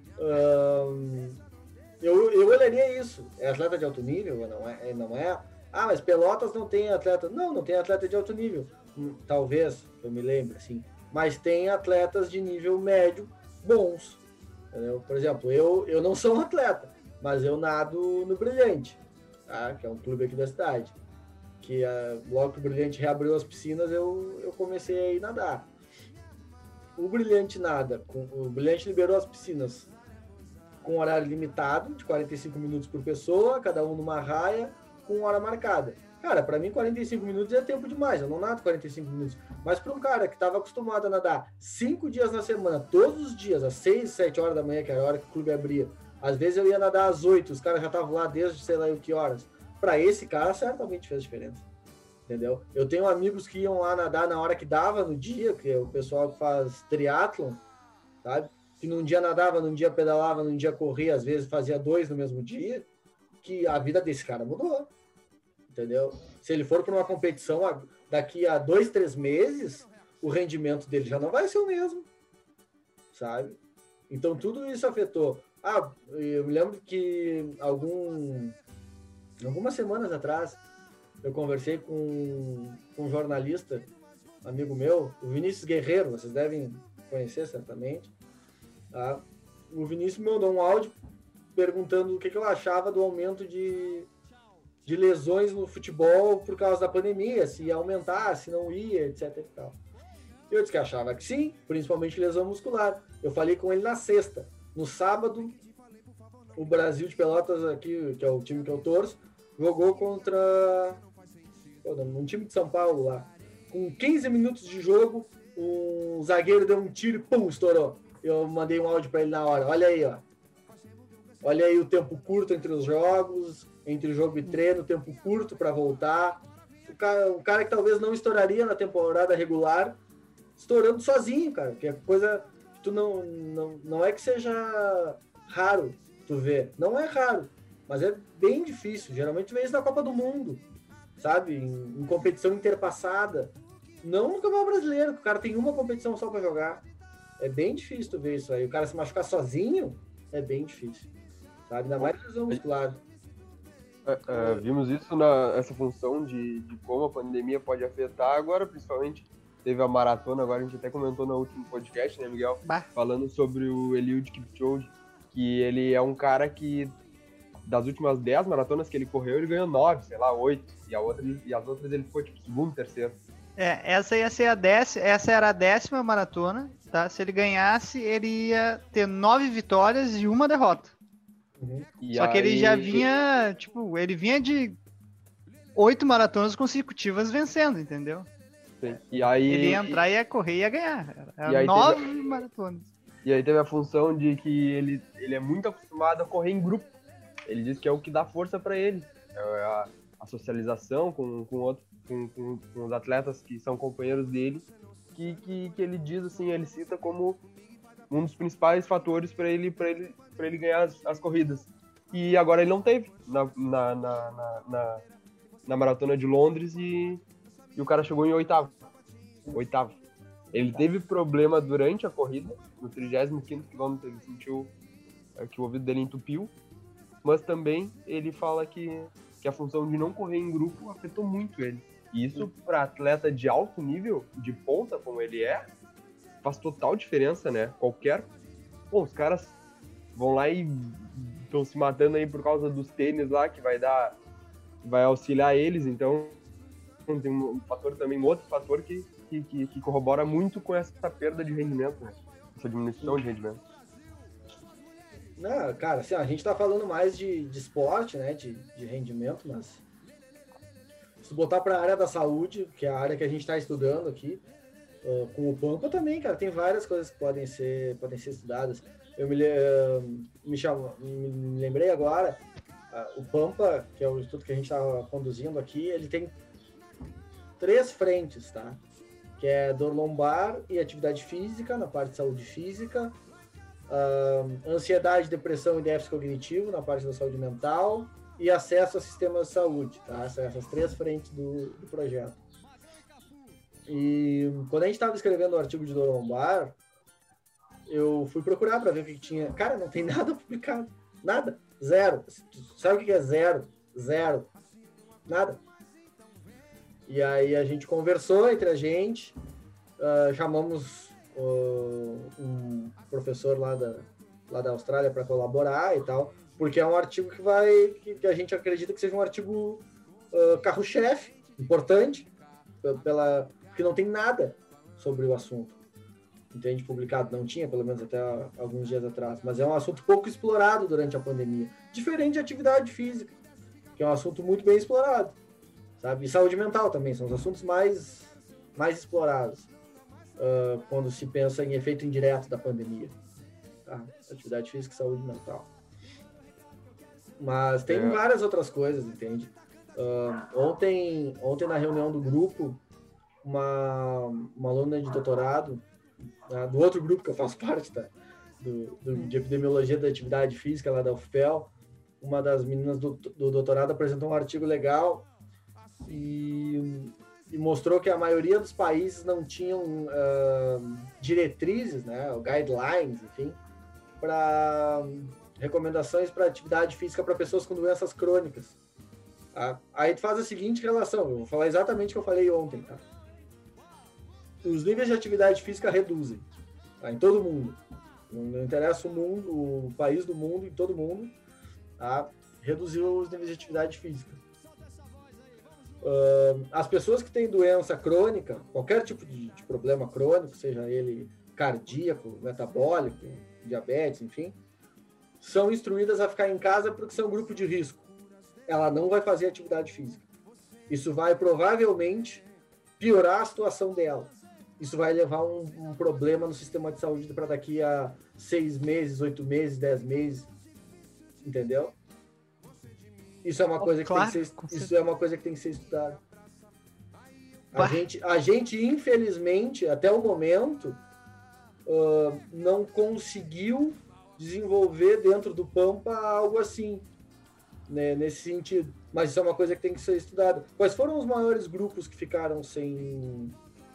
S1: Eu olharia isso. É atleta de alto nível ou não é? Ah, mas Pelotas não tem atleta. Não tem atleta de alto nível. Talvez, eu me lembre, assim. Mas tem atletas de nível médio bons. Entendeu? Por exemplo, eu não sou um atleta, mas eu nado no Brilhante, tá? Que é um clube aqui da cidade. Que logo que o Brilhante reabriu as piscinas, eu comecei a ir nadar. O Brilhante o Brilhante liberou as piscinas com horário limitado, de 45 minutos por pessoa, cada um numa raia, com hora marcada. Cara, para mim 45 minutos é tempo demais, eu não nado 45 minutos. Mas para um cara que estava acostumado a nadar 5 dias na semana, todos os dias, às 6, 7 horas da manhã, que era a hora que o clube abria, às vezes eu ia nadar às 8, os caras já estavam lá desde sei lá que horas. Para esse cara, certamente fez diferença. Entendeu? Eu tenho amigos que iam lá nadar na hora que dava no dia, que é o pessoal que faz triatlon, sabe? Que num dia nadava, num dia pedalava, num dia corria, às vezes fazia 2 no mesmo dia, que a vida desse cara mudou. Entendeu? Se ele for para uma competição daqui a 2, 3 meses, o rendimento dele já não vai ser o mesmo, sabe? Então tudo isso afetou. Eu me lembro que algumas semanas atrás eu conversei com um jornalista, amigo meu, o Vinícius Guerreiro, vocês devem conhecer certamente. Tá? O Vinícius me mandou um áudio perguntando o que eu achava do aumento de lesões no futebol por causa da pandemia, se ia aumentar, se não ia, etc. E tal. Eu disse que achava que sim, principalmente lesão muscular. Eu falei com ele na sexta. No sábado, o Brasil de Pelotas, aqui, que é o time que eu torço, jogou contra um time de São Paulo lá. Com 15 minutos de jogo, um zagueiro deu um tiro e pum, estourou. Eu mandei um áudio para ele na hora. Olha aí, ó. Olha aí o tempo curto entre os jogos, entre jogo e treino, tempo curto para voltar. O cara que talvez não estouraria na temporada regular, estourando sozinho, cara. Que é coisa que tu não é que seja raro tu ver. Não é raro, mas é bem difícil. Geralmente tu vê isso na Copa do Mundo, sabe? Em competição interpassada. Não no Campeonato Brasileiro, que o cara tem uma competição só para jogar. É bem difícil tu ver isso aí. O cara se machucar sozinho é bem difícil, sabe? Ainda mais lesão muscular.
S3: Vimos isso essa função de como a pandemia pode afetar agora, principalmente teve a maratona, agora a gente até comentou no último podcast, né, Miguel? Falando sobre o Eliud Kipchoge, que ele é um cara que das últimas 10 maratonas que ele correu, ele ganhou 9, sei lá, 8, e as outras ele ficou tipo segundo, terceiro.
S2: Essa ia ser essa era a 10ª maratona, tá? Se ele ganhasse, ele ia ter 9 vitórias e 1 derrota. Só que ele já vinha, tipo, ele vinha de 8 maratonas consecutivas vencendo, entendeu?
S3: Sim. E aí
S2: ele ia entrar, ia correr e ia ganhar. Era 9 maratonas.
S3: E aí teve a função de que ele é muito acostumado a correr em grupo. Ele diz que é o que dá força para ele. É a socialização com os atletas que são companheiros dele, que ele diz assim, ele cita como um dos principais fatores para ele ganhar as corridas. E agora ele não teve na maratona de Londres e o cara chegou em oitavo. Ele teve problema durante a corrida, no 35º quilômetro ele sentiu que o ouvido dele entupiu, mas também ele fala que a função de não correr em grupo afetou muito ele. E isso para atleta de alto nível, de ponta como ele faz total diferença, né? Os caras vão lá e estão se matando aí por causa dos tênis lá, que vai auxiliar eles, então tem um fator também, outro fator que corrobora muito com essa perda de rendimento, né? Essa diminuição de rendimento.
S1: Não, cara, assim, a gente tá falando mais de esporte, né, de rendimento, mas se botar para a área da saúde, que é a área que a gente está estudando aqui, com o Pampa também, cara, tem várias coisas que podem ser estudadas. Eu me lembrei agora, o Pampa, que é o estudo que a gente está conduzindo aqui, ele tem 3 frentes, tá? Que é dor lombar e atividade física, na parte de saúde física, ansiedade, depressão e déficit cognitivo, na parte da saúde mental, e acesso ao sistema de saúde, tá? São essas 3 frentes do projeto. E quando a gente estava escrevendo o artigo de dor lombar, eu fui procurar para ver o que tinha. Cara, não tem nada publicado. Nada. Zero. Sabe o que é zero? Zero. Nada. E aí a gente conversou entre a gente, chamamos um professor lá da Austrália para colaborar e tal, porque é um artigo que a gente acredita que seja um artigo carro-chefe, importante, porque não tem nada sobre o assunto. Entende? Publicado, não tinha, pelo menos até alguns dias atrás, mas é um assunto pouco explorado durante a pandemia, diferente de atividade física, que é um assunto muito bem explorado, sabe? E saúde mental também, são os assuntos mais explorados quando se pensa em efeito indireto da pandemia, tá? Atividade física e saúde mental. Mas tem várias outras coisas, entende? Ontem na reunião do grupo, uma aluna de doutorado, do outro grupo que eu faço parte, tá? De epidemiologia da atividade física lá da UFPEL, uma das meninas do doutorado apresentou um artigo legal e mostrou que a maioria dos países não tinham diretrizes, né, guidelines, enfim, para recomendações para atividade física para pessoas com doenças crônicas. Tá? Aí tu faz a seguinte relação, eu vou falar exatamente o que eu falei ontem, tá? Os níveis de atividade física reduzem, tá? Em todo mundo. Não interessa o país do mundo, em todo mundo, tá? Reduziu os níveis de atividade física. As pessoas que têm doença crônica, qualquer tipo de problema crônico, seja ele cardíaco, metabólico, diabetes, enfim, são instruídas a ficar em casa porque são grupo de risco. Ela não vai fazer atividade física. Isso vai provavelmente piorar a situação dela. Isso vai levar um problema no sistema de saúde para daqui a 6 meses, 8 meses, 10 meses. Entendeu? Isso é uma coisa que tem que ser estudada. A gente, infelizmente, até o momento, não conseguiu desenvolver dentro do Pampa algo assim, né, nesse sentido. Mas isso é uma coisa que tem que ser estudada. Quais foram os maiores grupos que ficaram sem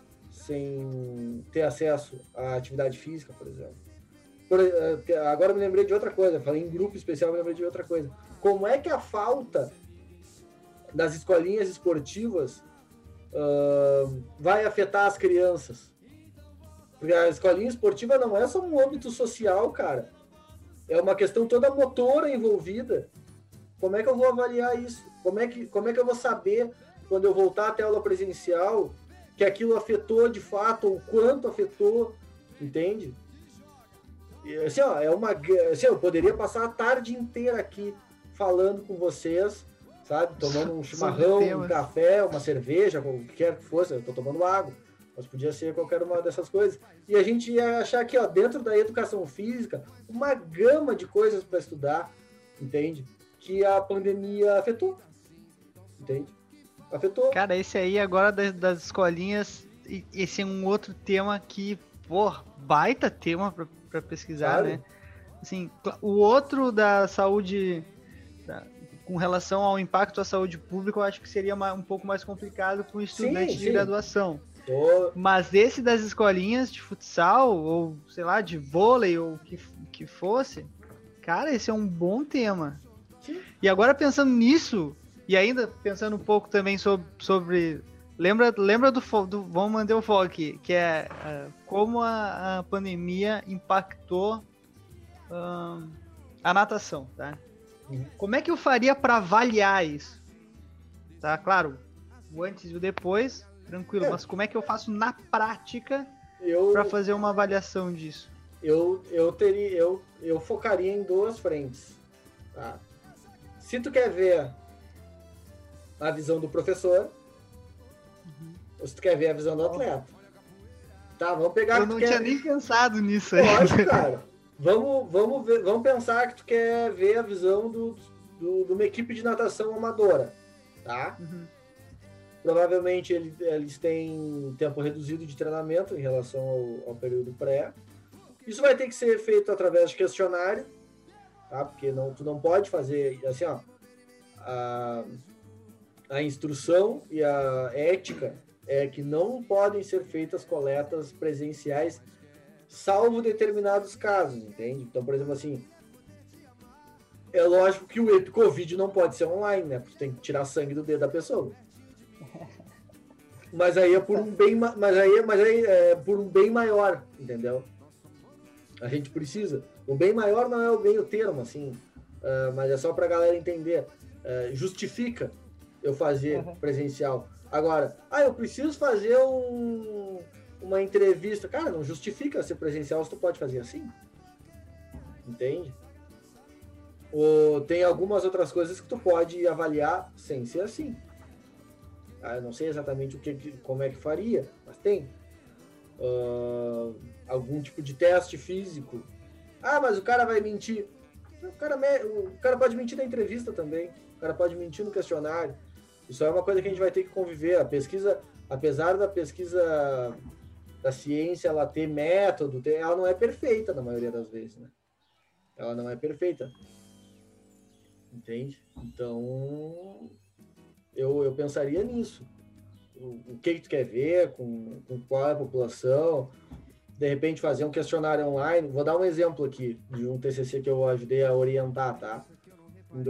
S1: ter acesso à atividade física, por exemplo? Agora me lembrei de outra coisa, falei em grupo especial, me lembrei de outra coisa. Como é que a falta das escolinhas esportivas vai afetar as crianças? Porque a escolinha esportiva não é só um âmbito social, cara. É uma questão toda motora envolvida. Como é que eu vou avaliar isso? Como é que eu vou saber, quando eu voltar até a aula presencial, que aquilo afetou de fato, ou quanto afetou, entende? E, assim, ó, eu poderia passar a tarde inteira aqui falando com vocês, sabe? Tomando um chimarrão, um café, uma cerveja, o que quer que fosse. Eu tô tomando água, mas podia ser qualquer uma dessas coisas. E a gente ia achar aqui, ó, dentro da educação física, uma gama de coisas para estudar, entende? Que a pandemia afetou, entende? Afetou.
S2: Cara, esse aí agora das escolinhas, esse é um outro tema que, baita tema pra pesquisar, claro, né? Assim, o outro da saúde, com relação ao impacto à saúde pública, eu acho que seria um pouco mais complicado para um estudante de graduação. Mas esse das escolinhas de futsal, ou sei lá, de vôlei, ou que fosse, cara, esse é um bom tema. Sim. E agora pensando nisso, e ainda pensando um pouco também sobre lembra do vamos manter o foco aqui, que é como a pandemia impactou a natação, tá? Como é que eu faria para avaliar isso? Tá, claro, o antes e o depois, tranquilo, mas como é que eu faço na prática para fazer uma avaliação disso?
S1: Eu focaria em duas frentes, tá? Se tu quer ver a visão do professor, ou se tu quer ver a visão do atleta. Tá, vamos pegar...
S2: Eu não tinha nem pensado nisso aí.
S1: Lógico, cara. Vamos pensar que tu quer ver a visão de uma equipe de natação amadora, tá? Uhum. Provavelmente eles têm tempo reduzido de treinamento em relação ao período pré. Isso vai ter que ser feito através de questionário, tá? Porque tu não pode fazer, assim, ó, a instrução e a ética é que não podem ser feitas coletas presenciais, salvo determinados casos, entende? Então, por exemplo, assim, é lógico que o EpiCovid não pode ser online, né? Porque tem que tirar sangue do dedo da pessoa. Mas aí é por um bem, por um bem maior, entendeu? A gente precisa. O bem maior não é o meio termo, assim, mas é só pra galera entender. Justifica eu fazer presencial. Agora, eu preciso fazer uma entrevista. Cara, não justifica ser presencial se tu pode fazer assim. Entende? Ou tem algumas outras coisas que tu pode avaliar sem ser assim. Eu não sei exatamente como é que faria, mas tem. Algum tipo de teste físico. Mas o cara vai mentir. O cara pode mentir na entrevista também. O cara pode mentir no questionário. Isso é uma coisa que a gente vai ter que conviver. A pesquisa, apesar da pesquisa da ciência, ela ter método, ela não é perfeita na maioria das vezes, né? Ela não é perfeita. Entende? Então, eu pensaria nisso. O que tu quer ver, com qual é a população. De repente, fazer um questionário online. Vou dar um exemplo aqui de um TCC que eu ajudei a orientar, tá? Em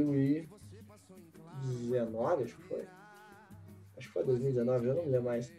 S1: 2019, acho que foi. Acho que foi 2019, eu não me lembro mais.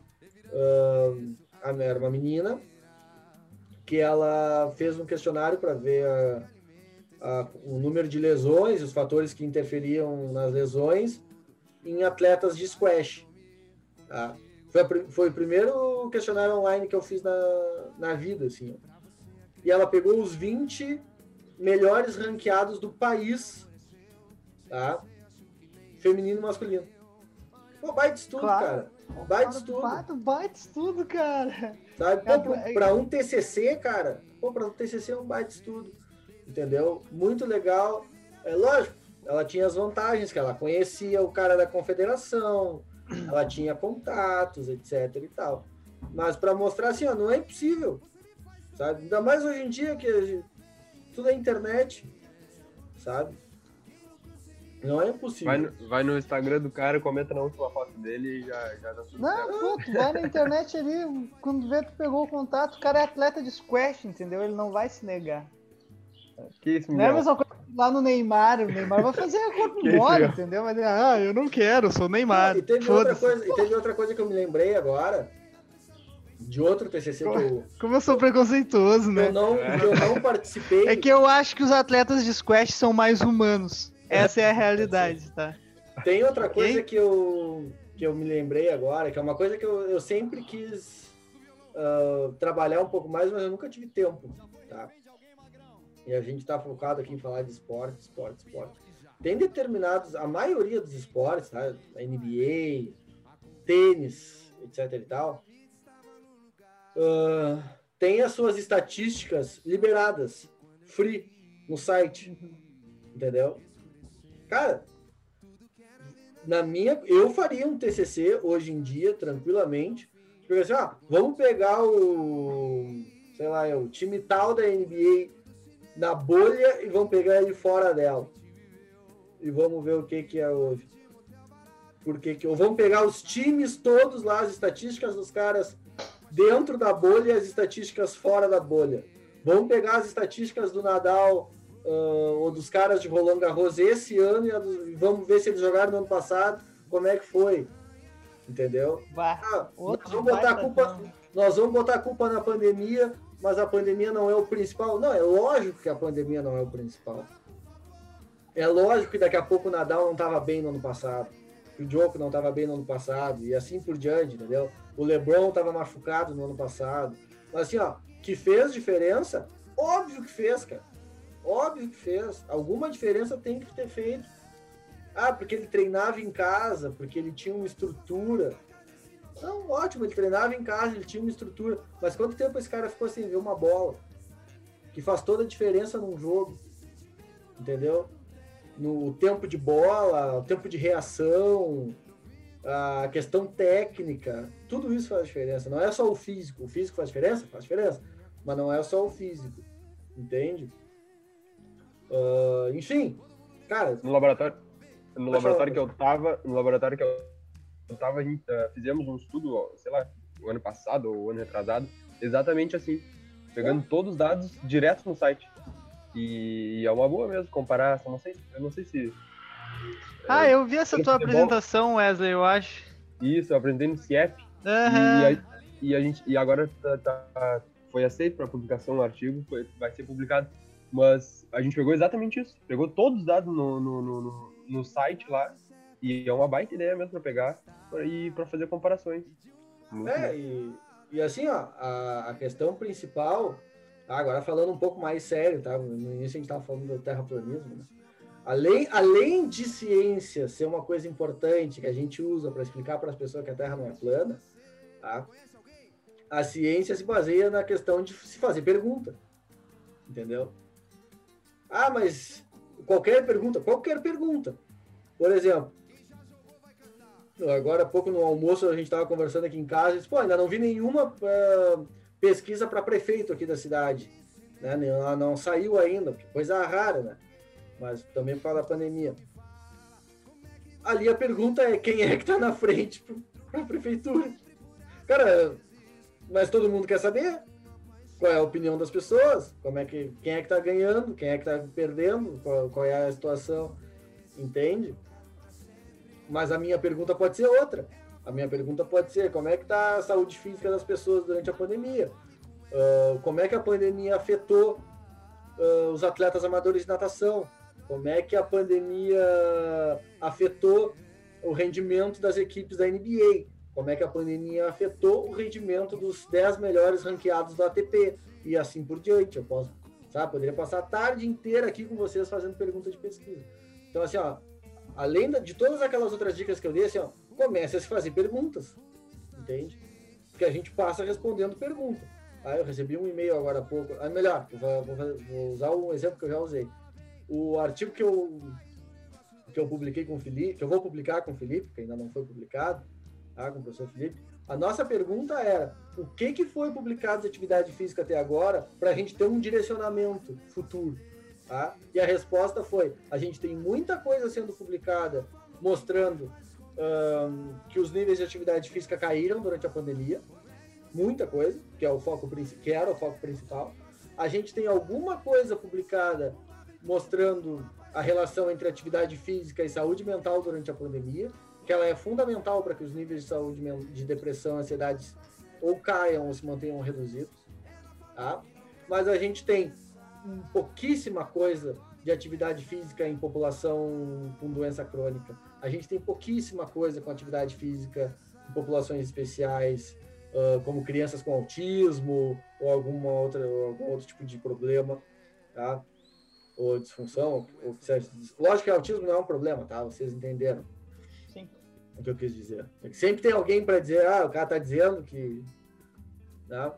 S1: Era uma menina que ela fez um questionário para ver o número de lesões, os fatores que interferiam nas lesões em atletas de squash. Tá? Foi o primeiro questionário online que eu fiz na vida, assim. E ela pegou os 20 melhores ranqueados do país, tá? Feminino e masculino. Pô, baita estudo, claro, cara. Baita estudo, cara. Sabe? Pra um TCC, cara. Pra um TCC é um baita estudo. Entendeu? Muito legal. É lógico, ela tinha as vantagens, que ela conhecia o cara da confederação, ela tinha contatos, etc e tal. Mas para mostrar assim, não é impossível. sabe? Ainda mais hoje em dia que tudo é internet, sabe? Não é impossível.
S3: Vai no Instagram do cara, comenta na última foto dele e já tá tudo certo.
S2: Não, pô, tu vai na internet ali, quando vê tu pegou o contato, o cara é atleta de squash, entendeu? Ele não vai se negar.
S3: Que isso,
S2: não é a mesma coisa lá no Neymar, o Neymar vai fazer a corpo mole, entendeu? Vai dizer, eu não quero, eu sou o Neymar.
S1: E teve outra coisa que eu me lembrei agora, de outro TCC que eu...
S2: Como eu sou preconceituoso, né?
S1: Eu não participei...
S2: É que eu acho que os atletas de squash são mais humanos. Essa é a realidade, tá?
S1: Tem outra coisa que eu me lembrei agora, que é uma coisa que eu sempre quis trabalhar um pouco mais, mas eu nunca tive tempo, tá? E a gente tá focado aqui em falar de esporte. Tem determinados, a maioria dos esportes, tá? NBA, tênis, etc e tal, tem as suas estatísticas liberadas, free, no site, entendeu? Cara, eu faria um TCC hoje em dia, tranquilamente, porque assim, vamos pegar o time tal da NBA na bolha e vamos pegar ele fora dela. E vamos ver o que é hoje. Ou vamos pegar os times todos lá, as estatísticas dos caras dentro da bolha e as estatísticas fora da bolha. Vamos pegar as estatísticas do Nadal ou dos caras de Roland Garros esse ano e vamos ver se eles jogaram no ano passado, como é que foi. Entendeu? Nós vamos botar a culpa na pandemia, mas a pandemia não é o principal. Não, é lógico que a pandemia não é o principal. É lógico que daqui a pouco o Nadal não estava bem no ano passado, que o Djokovic não estava bem no ano passado, e assim por diante, entendeu? O LeBron estava machucado no ano passado. Mas assim, que fez diferença? Óbvio que fez, cara. Óbvio que fez. Alguma diferença tem que ter feito. Porque ele treinava em casa, porque ele tinha uma estrutura. Não, ótimo, ele treinava em casa, ele tinha uma estrutura. Mas quanto tempo esse cara ficou sem ver uma bola? Que faz toda a diferença num jogo. Entendeu? No tempo de bola, o tempo de reação, a questão técnica, tudo isso faz diferença. Não é só o físico. O físico faz diferença? Faz diferença. Mas não é só o físico. Entende? Enfim, cara...
S3: No laboratório que eu tava, a gente fizemos um estudo, sei lá, o ano passado ou o ano retrasado, exatamente assim, pegando todos os dados direto no site. E é uma boa mesmo comparar, eu não sei se...
S2: eu vi essa tua apresentação, Wesley, eu acho.
S3: Isso, eu apresentei no CIEP. E agora foi aceito para publicação o artigo, vai ser publicado. Mas a gente pegou exatamente isso. Pegou todos os dados no site lá. E é uma baita ideia mesmo para pegar e para fazer comparações.
S1: E assim, a questão principal... Agora falando um pouco mais sério, tá? No início a gente estava falando do terraplanismo, né? Além de ciência ser uma coisa importante que a gente usa para explicar para as pessoas que a Terra não é plana, tá? A ciência se baseia na questão de se fazer pergunta. Entendeu? Mas qualquer pergunta. Por exemplo, agora há pouco no almoço a gente estava conversando aqui em casa e disse, ainda não vi nenhuma pesquisa para prefeito aqui da cidade. Né? Ela não saiu ainda, coisa rara, né? Mas também por causa da pandemia. Ali a pergunta é quem é que está na frente para a prefeitura. Cara, mas todo mundo quer saber qual é a opinião das pessoas, quem é que está ganhando, quem é que está perdendo, qual é a situação, entende? Mas a minha pergunta pode ser outra. A minha pergunta pode ser como é que está a saúde física das pessoas durante a pandemia? Como é que a pandemia afetou os atletas amadores de natação? Como é que a pandemia afetou o rendimento das equipes da NBA? Como é que a pandemia afetou o rendimento dos 10 melhores ranqueados do ATP? E assim por diante. Eu poderia passar a tarde inteira aqui com vocês fazendo pergunta de pesquisa. Então, assim, além de todas aquelas outras dicas que eu dei, assim, comece a se fazer perguntas, entende? Porque a gente passa respondendo pergunta. Eu recebi um e-mail agora há pouco, melhor, vou usar um exemplo que eu já usei. O artigo que eu publiquei com o Felipe, que eu vou publicar com o Felipe, que ainda não foi publicado, com o professor Felipe, A nossa pergunta era, o que foi publicado de atividade física até agora para a gente ter um direcionamento futuro? Tá? E a resposta foi, a gente tem muita coisa sendo publicada mostrando que os níveis de atividade física caíram durante a pandemia, muita coisa, que era o foco principal. A gente tem alguma coisa publicada mostrando a relação entre atividade física e saúde mental durante a pandemia, que ela é fundamental para que os níveis de saúde, de depressão, ansiedade ou caiam ou se mantenham reduzidos. Tá? Mas a gente tem pouquíssima coisa de atividade física em população com doença crônica. A gente tem pouquíssima coisa com atividade física em populações especiais, como crianças com autismo ou algum outro tipo de problema, tá? Ou disfunção. Lógico que autismo não é um problema, tá? Vocês entenderam?
S2: Sim.
S1: O que eu quis dizer. Sempre tem alguém para dizer, o cara está dizendo que... Tá?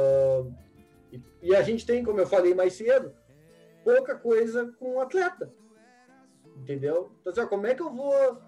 S1: E a gente tem, como eu falei mais cedo, pouca coisa com o atleta. Entendeu? Então, assim, como é que eu vou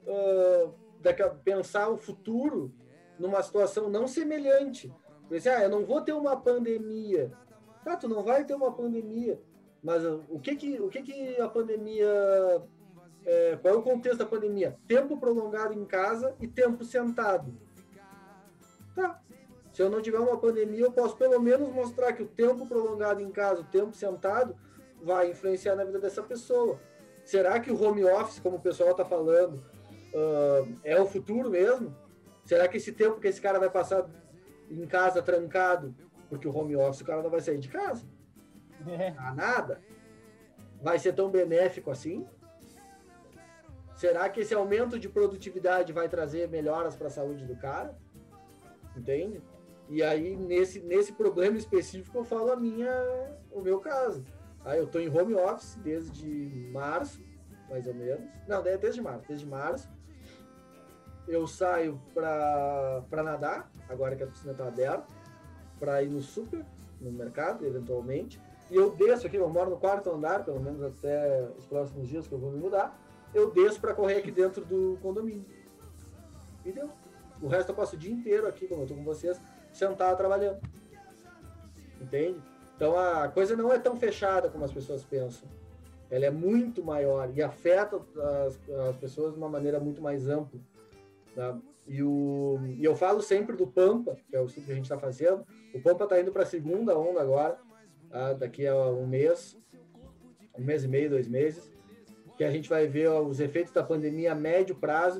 S1: pensar o futuro numa situação não semelhante? Eu não vou ter uma pandemia. Tá, tu não vai ter uma pandemia. Mas o que a pandemia... qual é o contexto da pandemia? Tempo prolongado em casa e tempo sentado. Tá. Se eu não tiver uma pandemia, eu posso pelo menos mostrar que o tempo prolongado em casa, o tempo sentado, vai influenciar na vida dessa pessoa. Será que o home office, como o pessoal está falando, é o futuro mesmo? Será que esse tempo que esse cara vai passar em casa trancado, porque o home office o cara não vai sair de casa? Nada. Vai ser tão benéfico assim? Será que esse aumento de produtividade vai trazer melhoras para a saúde do cara? Entende? E aí, nesse problema específico, eu falo o meu caso. Eu estou em home office desde março, mais ou menos. Não, desde março. Desde março. Eu saio para nadar, agora que a piscina está aberta, para ir no super, no mercado, eventualmente. E eu desço aqui, eu moro no 4º andar, pelo menos até os próximos dias que eu vou me mudar. Eu desço para correr aqui dentro do condomínio. E deu. O resto eu passo o dia inteiro aqui, como eu estou com vocês, sentado trabalhando. Entende? Então a coisa não é tão fechada como as pessoas pensam. Ela é muito maior e afeta as pessoas de uma maneira muito mais ampla. Tá? E eu falo sempre do Pampa, que é o estudo que a gente está fazendo. O Pampa está indo para a segunda onda agora, tá? Daqui a um mês e meio, 2 meses, que a gente vai ver os efeitos da pandemia a médio prazo.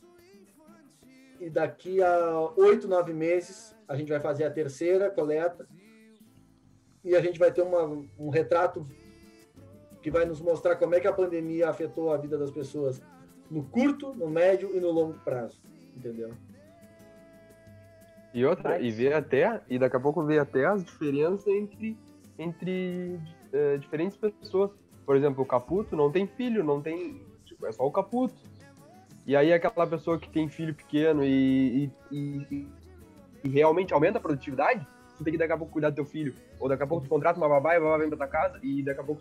S1: E daqui a 8, 9 meses, a gente vai fazer a 3ª coleta e a gente vai ter um retrato que vai nos mostrar como é que a pandemia afetou a vida das pessoas no curto, no médio e no longo prazo, entendeu?
S3: E e daqui a pouco ver até as diferenças entre diferentes pessoas. Por exemplo, o Caputo não tem filho, é só o Caputo. E aí aquela pessoa que tem filho pequeno e realmente aumenta a produtividade, tu tem que daqui a pouco cuidar do teu filho. Ou daqui a pouco tu contrata uma babá e a babá vem pra tua casa e daqui a pouco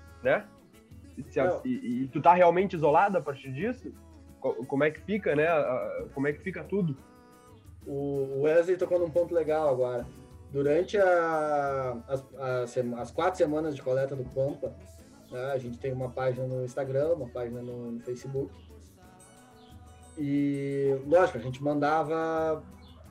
S3: e tu tá realmente isolado a partir disso, como é que fica, né? Como é que fica tudo?
S1: O Wesley tocou num ponto legal agora. Durante as 4 semanas de coleta do Pampa, né, a gente tem uma página no Instagram, uma página no Facebook. E, lógico, a gente mandava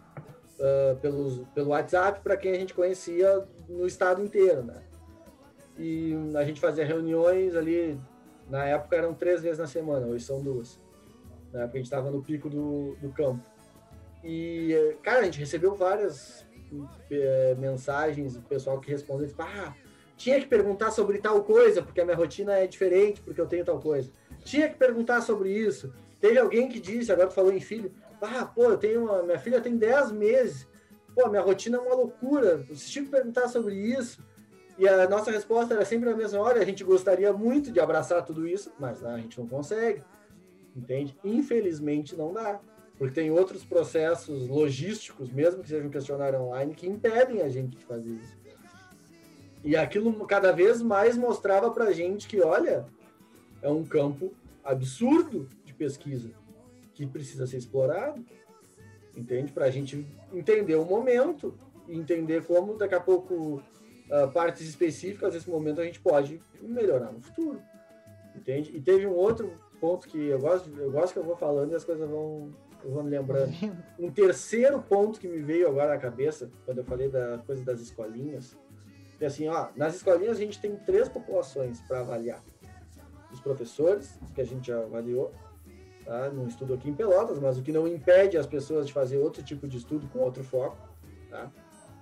S1: pelo WhatsApp para quem a gente conhecia no estado inteiro, né? E a gente fazia reuniões ali, na época eram 3 vezes na semana, hoje são 2. Na época a gente estava no pico do campo. E, cara, a gente recebeu várias mensagens do pessoal que respondeu, tipo, tinha que perguntar sobre tal coisa, porque a minha rotina é diferente, porque eu tenho tal coisa. Tinha que perguntar sobre isso. Teve alguém que disse, agora tu falou em filho, minha filha tem 10 meses, minha rotina é uma loucura, vocês tinham que perguntar sobre isso. E a nossa resposta era sempre a mesma hora, a gente gostaria muito de abraçar tudo isso, mas a gente não consegue, entende? Infelizmente não dá, porque tem outros processos logísticos, mesmo que sejam questionário online, que impedem a gente de fazer isso. E aquilo cada vez mais mostrava pra gente que, olha, é um campo absurdo de pesquisa que precisa ser explorado, entende? Para a gente entender o momento e entender como daqui a pouco partes específicas desse momento a gente pode melhorar no futuro, entende? E teve um outro ponto que eu gosto que eu vou falando e as coisas eu vou me lembrando. Um terceiro ponto que me veio agora na cabeça, quando eu falei da coisa das escolinhas, é assim, nas escolinhas a gente tem 3 populações para avaliar. Os professores, que a gente já avaliou, tá? Num estudo aqui em Pelotas, mas o que não impede as pessoas de fazer outro tipo de estudo com outro foco, tá?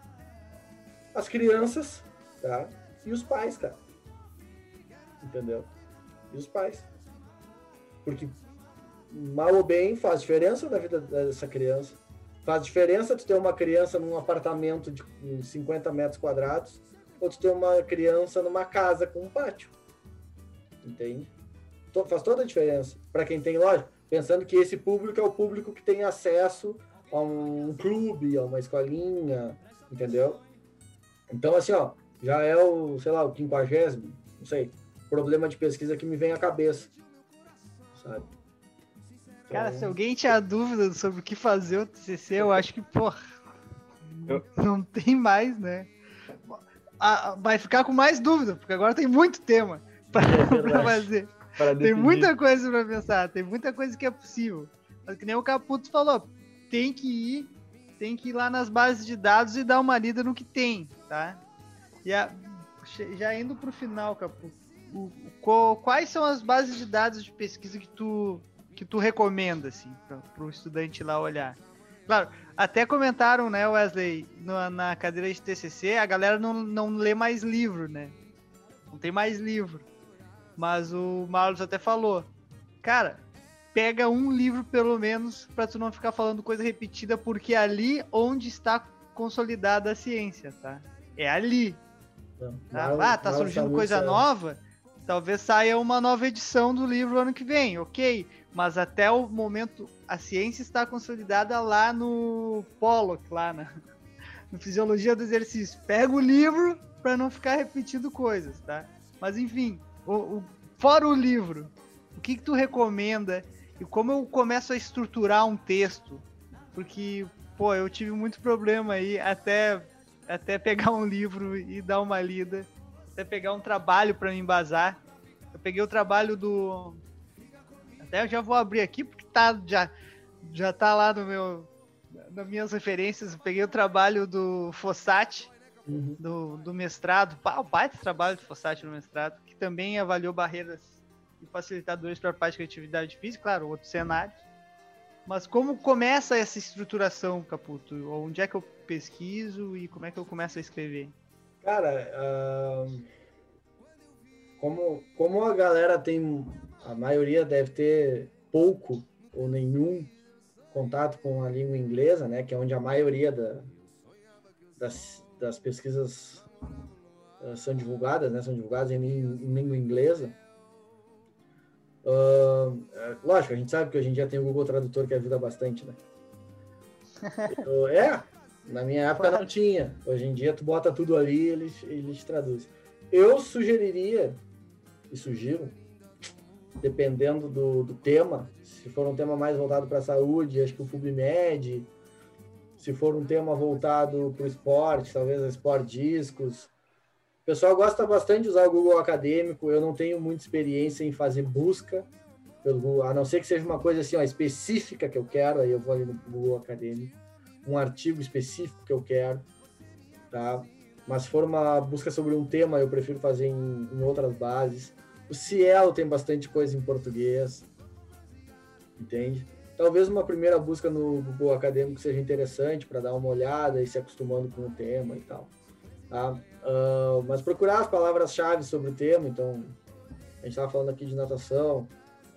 S1: As crianças, tá? E os pais, cara. Entendeu? E os pais. Porque, mal ou bem, faz diferença na vida dessa criança. Faz diferença tu ter uma criança num apartamento de 50 metros quadrados ou tu ter uma criança numa casa com um pátio. Entende? Faz toda a diferença. Para quem tem, lógico, pensando que esse público é o público que tem acesso a um clube, a uma escolinha, entendeu? Então, assim, já é o 50º, não sei, problema de pesquisa que me vem à cabeça, sabe? Então...
S2: Cara, se alguém tinha dúvida sobre o que fazer o TCC, eu acho que, não tem mais, né? Vai ficar com mais dúvida, porque agora tem muito tema para fazer. Tem muita coisa para pensar, tem muita coisa que é possível. Mas que nem o Caputo falou, tem que ir lá nas bases de dados e dar uma lida no que tem, tá? E já indo pro final, Caputo, quais são as bases de dados de pesquisa que tu recomenda, assim, para o estudante lá olhar? Claro, até comentaram, né, Wesley, na cadeira de TCC, a galera não lê mais livro, né? Não tem mais livro. Mas o Marlos até falou, cara, pega um livro pelo menos para tu não ficar falando coisa repetida, porque é ali onde está consolidada a ciência, tá? É ali. Tá surgindo coisa nova, talvez saia uma nova edição do livro ano que vem, ok, mas até o momento a ciência está consolidada lá no Pollock, lá no Fisiologia do Exercício. Pega o livro para não ficar repetindo coisas, tá? Mas enfim, fora o livro, o que tu recomenda e como eu começo a estruturar um texto? Porque, eu tive muito problema aí até pegar um livro e dar uma lida, até pegar um trabalho para me embasar. Eu peguei o trabalho até eu já vou abrir aqui, porque já tá lá nas minhas referências. Eu peguei o trabalho do Fossati, do mestrado, o baita trabalho do Fossati no mestrado, que também avaliou barreiras e facilitadores para a parte de atividade física, claro, outros cenários. Mas como começa essa estruturação, Caputo? Onde é que eu pesquiso e como é que eu começo a escrever?
S1: Cara, como a galera a maioria deve ter pouco ou nenhum contato com a língua inglesa, né, que é onde a maioria das pesquisas são divulgadas, né, em língua inglesa. Lógico, a gente sabe que hoje em dia tem o Google Tradutor que ajuda bastante, né? Na minha época não tinha. Hoje em dia tu bota tudo ali e eles traduzem. Eu sugiro, dependendo do tema, se for um tema mais voltado para a saúde, acho que o PubMed, se for um tema voltado para o esporte, talvez a Sport Discos. O pessoal gosta bastante de usar o Google Acadêmico. Eu não tenho muita experiência em fazer busca pelo Google, a não ser que seja uma coisa assim, específica que eu quero, aí eu vou ali no Google Acadêmico, um artigo específico que eu quero, tá? Mas se for uma busca sobre um tema, eu prefiro fazer em outras bases. O Cielo tem bastante coisa em português, entende? Talvez uma primeira busca no Google Acadêmico seja interessante para dar uma olhada e se acostumando com o tema e tal, tá? Mas procurar as palavras-chave sobre o tema. Então, a gente estava falando aqui de natação,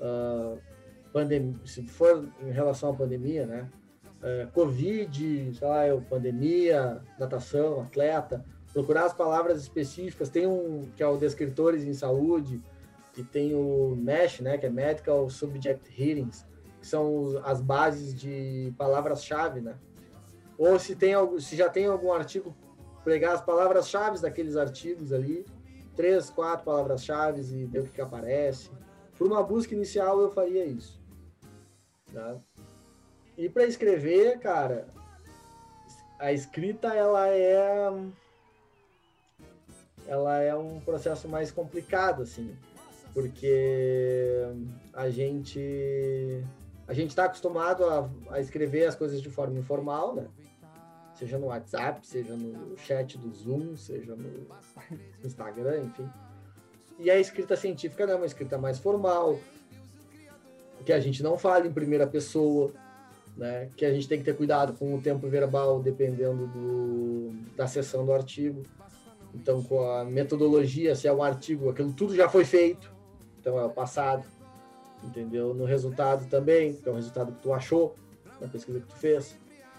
S1: se for em relação à pandemia, né? Covid, pandemia, natação, atleta, procurar as palavras específicas. Tem que é o Descritores em Saúde, e tem o MESH, né, que é Medical Subject Headings, que são as bases de palavras-chave, né? Ou se já tem algum artigo, pegar as palavras-chave daqueles artigos ali, 3, 4 palavras-chave e ver o que aparece. Por uma busca inicial, eu faria isso, tá? E para escrever, cara, a escrita, ela é um processo mais complicado, assim, porque a gente está acostumado a escrever as coisas de forma informal, né? Seja no WhatsApp, seja no chat do Zoom, seja no Instagram, enfim. E a escrita científica não é uma escrita mais formal, que a gente não fala em primeira pessoa, né? Que a gente tem que ter cuidado com o tempo verbal, dependendo da seção do artigo. Então, com a metodologia, se é um artigo, aquilo tudo já foi feito, então é o passado, entendeu? No resultado também, que é o resultado que tu achou na pesquisa que tu fez.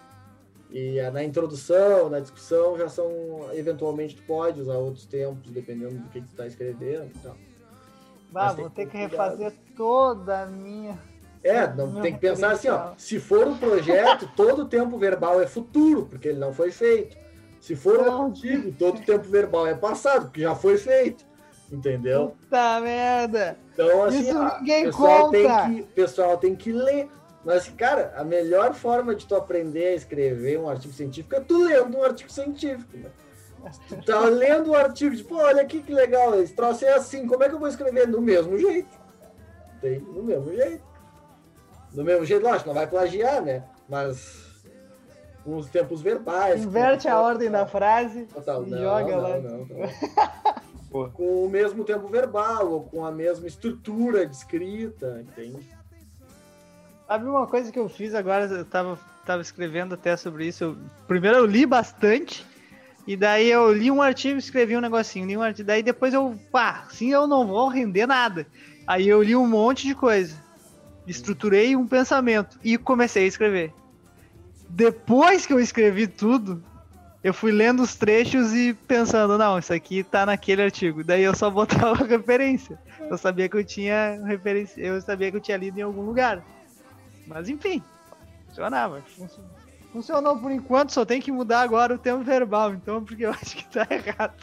S1: E na introdução, na discussão, já são, eventualmente, tu pode usar outros tempos, dependendo do que tu tá escrevendo e tal.
S2: Vou ter que refazer toda a minha...
S1: não tem que pensar assim, ó, se for um projeto, todo o tempo verbal é futuro, porque ele não foi feito. Se for um artigo, todo o tempo verbal é passado, porque já foi feito, entendeu?
S2: Puta merda!
S1: Então, assim,
S2: isso ninguém conta!
S1: O pessoal tem que ler. Mas, cara, a melhor forma de tu aprender a escrever um artigo científico é tu lendo um artigo científico, né? Tu tá lendo um artigo, tipo, olha aqui que legal, esse troço é assim, como é que eu vou escrever? Do mesmo jeito. Do mesmo jeito. Do mesmo jeito, lógico, não vai plagiar, né? Mas com os tempos verbais.
S2: Inverte a ordem da frase e joga lá.
S1: Não. Com o mesmo tempo verbal, ou com a mesma estrutura de escrita, entende?
S2: Sabe uma coisa que eu fiz agora, eu tava escrevendo até sobre isso. Primeiro eu li bastante, e daí eu li um artigo, escrevi um negocinho, daí depois assim eu não vou render nada. Aí eu li um monte de coisa, estruturei um pensamento e comecei a escrever. Depois que eu escrevi tudo, eu fui lendo os trechos e pensando, não, isso aqui tá naquele artigo. Daí eu só botava referência. Eu sabia que eu tinha referência, eu sabia que eu tinha lido em algum lugar. Mas enfim, funcionava. Funcionou por enquanto, só tem que mudar agora o tempo verbal, então, porque eu acho que tá errado.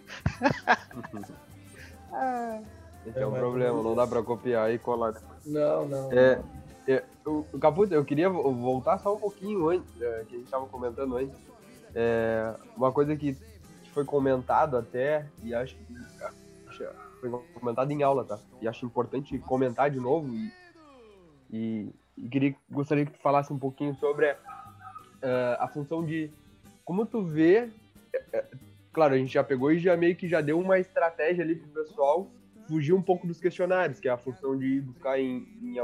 S3: Esse é um problema, não dá pra copiar e colar.
S1: Não.
S3: O Caputo, eu queria voltar só um pouquinho antes, que a gente tava comentando antes. Uma coisa que foi comentado até, e acho que foi comentado em aula, tá? E acho importante comentar de novo, e gostaria que tu falasse um pouquinho sobre a função de como tu vê. Claro, a gente já pegou e já meio que já deu uma estratégia ali pro pessoal fugir um pouco dos questionários, que é a função de ir buscar em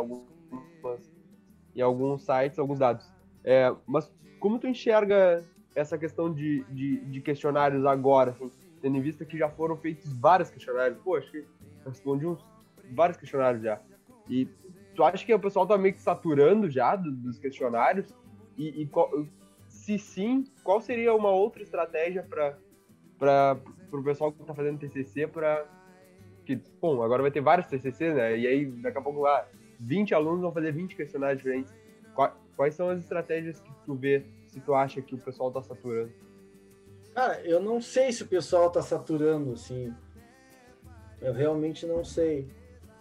S3: alguns sites, alguns dados. Mas como tu enxerga essa questão de questionários agora, assim, tendo em vista que já foram feitos vários questionários? Pô, acho que respondi vários questionários já. E tu acha que o pessoal tá meio que saturando já dos questionários? Se sim, qual seria uma outra estratégia para o pessoal que tá fazendo TCC bom, agora vai ter vários TCC, né? E aí, daqui a pouco, 20 alunos vão fazer 20 questionários diferentes. Quais são as estratégias que tu vê, se tu acha que o pessoal tá saturando?
S1: Cara, eu não sei se o pessoal tá saturando, assim. Eu realmente não sei.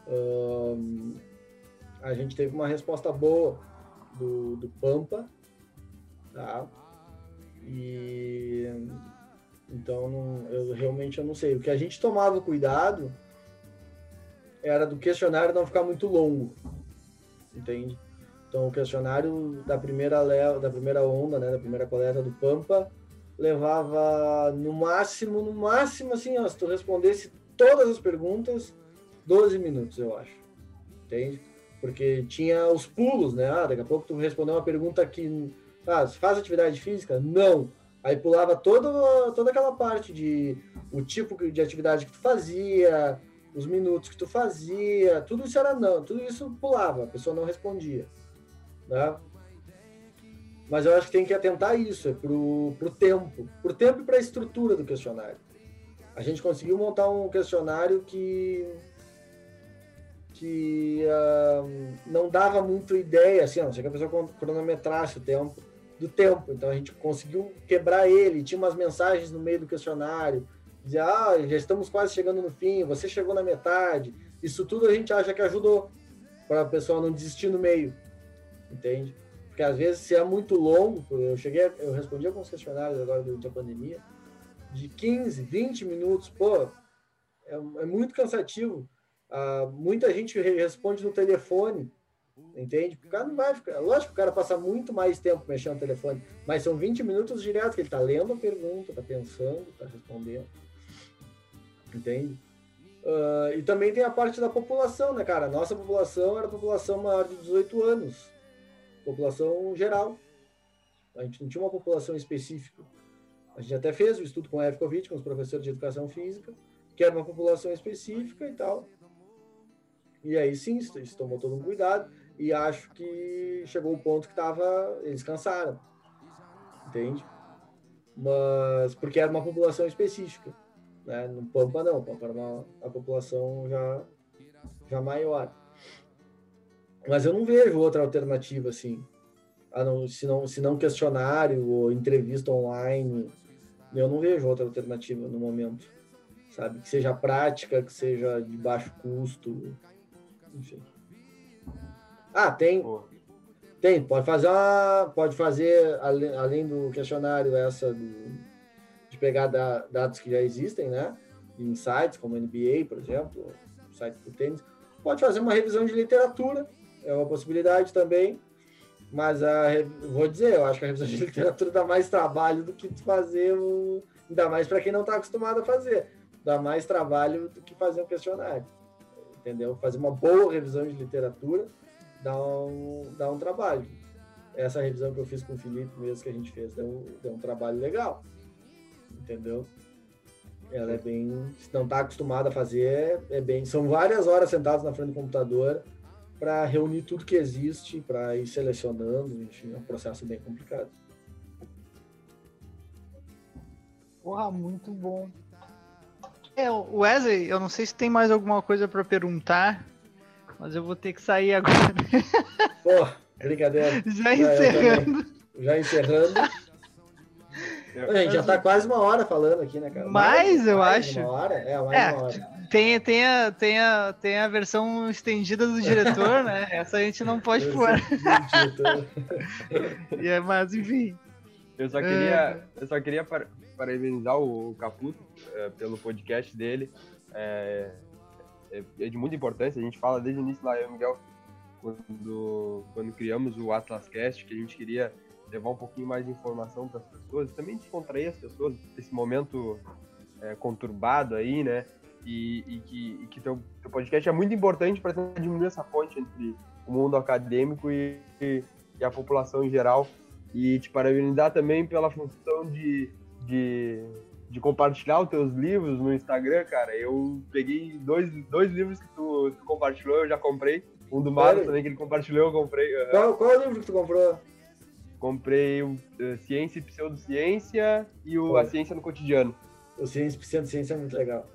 S1: A gente teve uma resposta boa do Pampa, tá? Então, eu realmente não sei. O que a gente tomava cuidado era do questionário não ficar muito longo, entende? Então, o questionário da primeira onda, né, da primeira coleta do Pampa, levava no máximo, assim, ó, se tu respondesse todas as perguntas, 12 minutos, eu acho, entende? Porque tinha os pulos, né? Daqui a pouco tu respondeu uma pergunta que faz atividade física? Não. Aí pulava toda aquela parte de o tipo de atividade que tu fazia, os minutos que tu fazia, tudo isso era não, tudo isso pulava, a pessoa não respondia, né? Mas eu acho que tem que atentar a isso, pro tempo e para a estrutura do questionário. A gente conseguiu montar um questionário que não dava muito ideia, assim, não sei que a pessoa cronometrasse o tempo do tempo, então a gente conseguiu quebrar ele, tinha umas mensagens no meio do questionário, dizia, já estamos quase chegando no fim, você chegou na metade, isso tudo a gente acha que ajudou para a pessoa não desistir no meio, entende? Porque às vezes, se é muito longo, eu respondi alguns questionários agora durante a pandemia, de 15, 20 minutos, pô, é muito cansativo. Muita gente responde no telefone, entende? O cara não vai ficar... Lógico que o cara passa muito mais tempo mexendo no telefone, mas são 20 minutos direto que ele tá lendo a pergunta, tá pensando, tá respondendo. Entende? E também tem a parte da população, né, cara? A nossa população era a população maior de 18 anos. População geral. A gente não tinha uma população específica. A gente até fez o estudo com o Evkovic, com os professores de educação física, que era uma população específica e tal. E aí sim, isso tomou todo um cuidado. E acho que chegou o ponto que eles cansaram. Entende? Mas porque era uma população específica. Né? No Pampa não, Pampa era a população já maior. Mas eu não vejo outra alternativa assim, se não questionário ou entrevista online, eu não vejo outra alternativa no momento, sabe? Que seja prática, que seja de baixo custo, enfim. Tem, pode fazer além do questionário de pegar dados que já existem, né? Em sites como NBA, por exemplo, sites do tênis, pode fazer uma revisão de literatura, é uma possibilidade também, mas vou dizer, eu acho que a revisão de literatura dá mais trabalho do que fazer, ainda mais para quem não está acostumado a fazer, dá mais trabalho do que fazer um questionário, entendeu? Fazer uma boa revisão de literatura dá um trabalho. Essa revisão que eu fiz com o Felipe mesmo, que a gente fez, deu um trabalho legal, entendeu? Ela é bem, se não está acostumado a fazer, são várias horas sentados na frente do computador para reunir tudo que existe, para ir selecionando, enfim, é um processo bem complicado.
S2: Porra, muito bom. Wesley, eu não sei se tem mais alguma coisa para perguntar, mas eu vou ter que sair agora.
S1: Pô, brincadeira. Já encerrando. A gente já tá quase 1 hora falando aqui, né, cara?
S2: Mais, eu acho.
S1: 1 hora? Mais 1 hora.
S2: Tem a versão estendida do diretor, né? Essa a gente não pode pôr. Mas, enfim.
S3: Eu só queria parabenizar o Caputo pelo podcast dele. É de muita importância. A gente fala desde o início lá, eu e o Miguel, quando criamos o Atlas Cast, que a gente queria levar um pouquinho mais de informação para as pessoas, também descontrair as pessoas nesse momento conturbado aí, né? E que teu podcast é muito importante para tentar diminuir essa ponte entre o mundo acadêmico e a população em geral. E te parabenizar também pela função de compartilhar os teus livros no Instagram, cara. Eu peguei dois livros que tu compartilhou, eu já comprei. Um do Mário também, que ele compartilhou, eu comprei.
S1: Qual é o livro que tu comprou?
S3: Comprei o Ciência e Pseudociência e A Ciência no Cotidiano.
S1: O Ciência e Pseudociência é muito legal.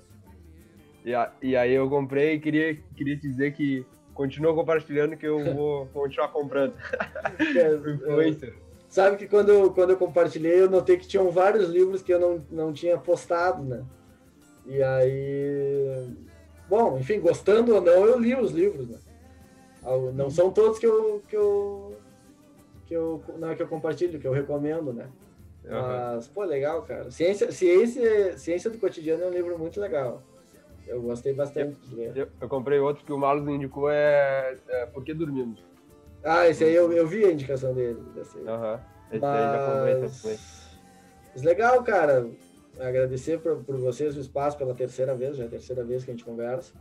S3: E aí eu comprei e queria te dizer que continua compartilhando, que eu vou continuar comprando. Influencer.
S1: Sabe que quando eu compartilhei, eu notei que tinham vários livros que eu não tinha postado, né? E aí... Bom, enfim, gostando ou não, eu li os livros, né? Não são todos que eu compartilho, que eu recomendo, né? Mas, pô, legal, cara. Ciência do Cotidiano é um livro muito legal. Eu gostei bastante de ler.
S3: Eu comprei outro que o Marlos me indicou, Por que Dormimos?
S1: Esse aí eu vi a indicação dele. Esse aí já comprei também. Mas legal, cara. Agradecer por vocês o espaço pela terceira vez, já é a terceira vez que a gente conversa.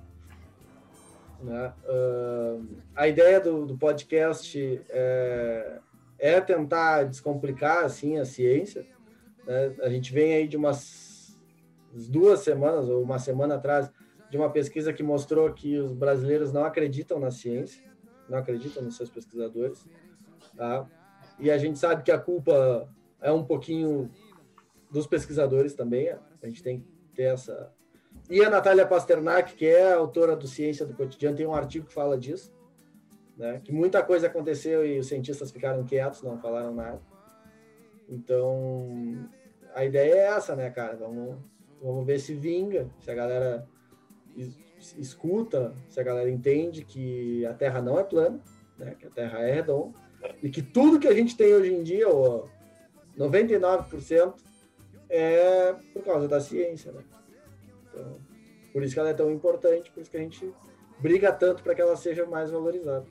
S1: Né? A ideia do podcast é tentar descomplicar assim, a ciência. Né? A gente vem aí de umas 2 semanas, ou 1 semana atrás, de uma pesquisa que mostrou que os brasileiros não acreditam na ciência, não acreditam nos seus pesquisadores. Tá? E a gente sabe que a culpa é um pouquinho dos pesquisadores também, a gente tem que ter essa... E a Natália Pasternak, que é a autora do Ciência do Cotidiano, tem um artigo que fala disso, né? Que muita coisa aconteceu e os cientistas ficaram quietos, não falaram nada. Então, a ideia é essa, né, cara? Vamos ver se vinga, se a galera escuta, se a galera entende que a Terra não é plana, né? Que a Terra é redonda, E que tudo que a gente tem hoje em dia, 99%, é por causa da ciência, né? Então, por isso que ela é tão importante, por isso que a gente briga tanto para que ela seja mais valorizada.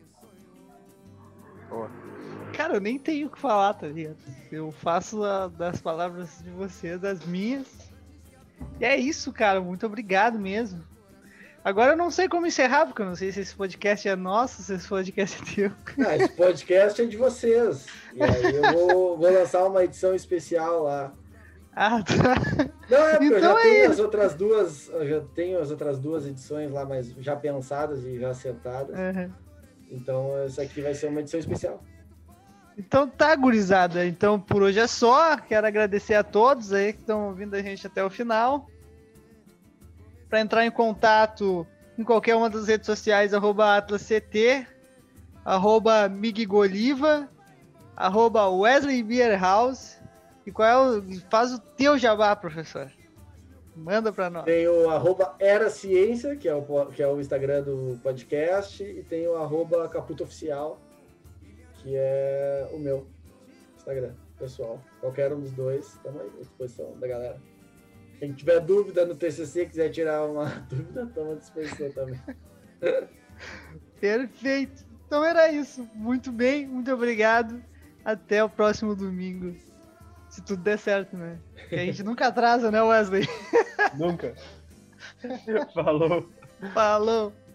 S2: Cara, eu nem tenho o que falar, tá ligado? Eu faço das palavras de vocês as minhas. E é isso, cara. Muito obrigado mesmo. Agora eu não sei como encerrar, porque eu não sei se esse podcast é nosso, se esse podcast é teu.
S1: Esse podcast é de vocês. E aí eu vou lançar uma edição especial lá.
S2: Ah, tá.
S1: Não, é porque então eu já tenho as outras duas edições lá, mas já pensadas e já acertadas. Uhum. Então essa aqui vai ser uma edição especial.
S2: Então tá, gurizada. Então por hoje é só. Quero agradecer a todos aí que estão ouvindo a gente até o final. Para entrar em contato em qualquer uma das redes sociais, @AtlasCT, @MigGoliva, @Wesley Beer House. E faz o teu jabá, professor. Manda para nós.
S1: Tem o @EraCiência, que é o Instagram do podcast, e tem o @CaputoOficial, que é o meu Instagram pessoal. Qualquer um dos dois, estamos aí à disposição da galera. Quem tiver dúvida no TCC, quiser tirar uma dúvida, estamos à disposição também.
S2: Perfeito. Então era isso. Muito bem, muito obrigado. Até o próximo domingo. Se tudo der certo, né? Porque a gente nunca atrasa, né, Wesley?
S3: Nunca. Falou.
S2: Falou.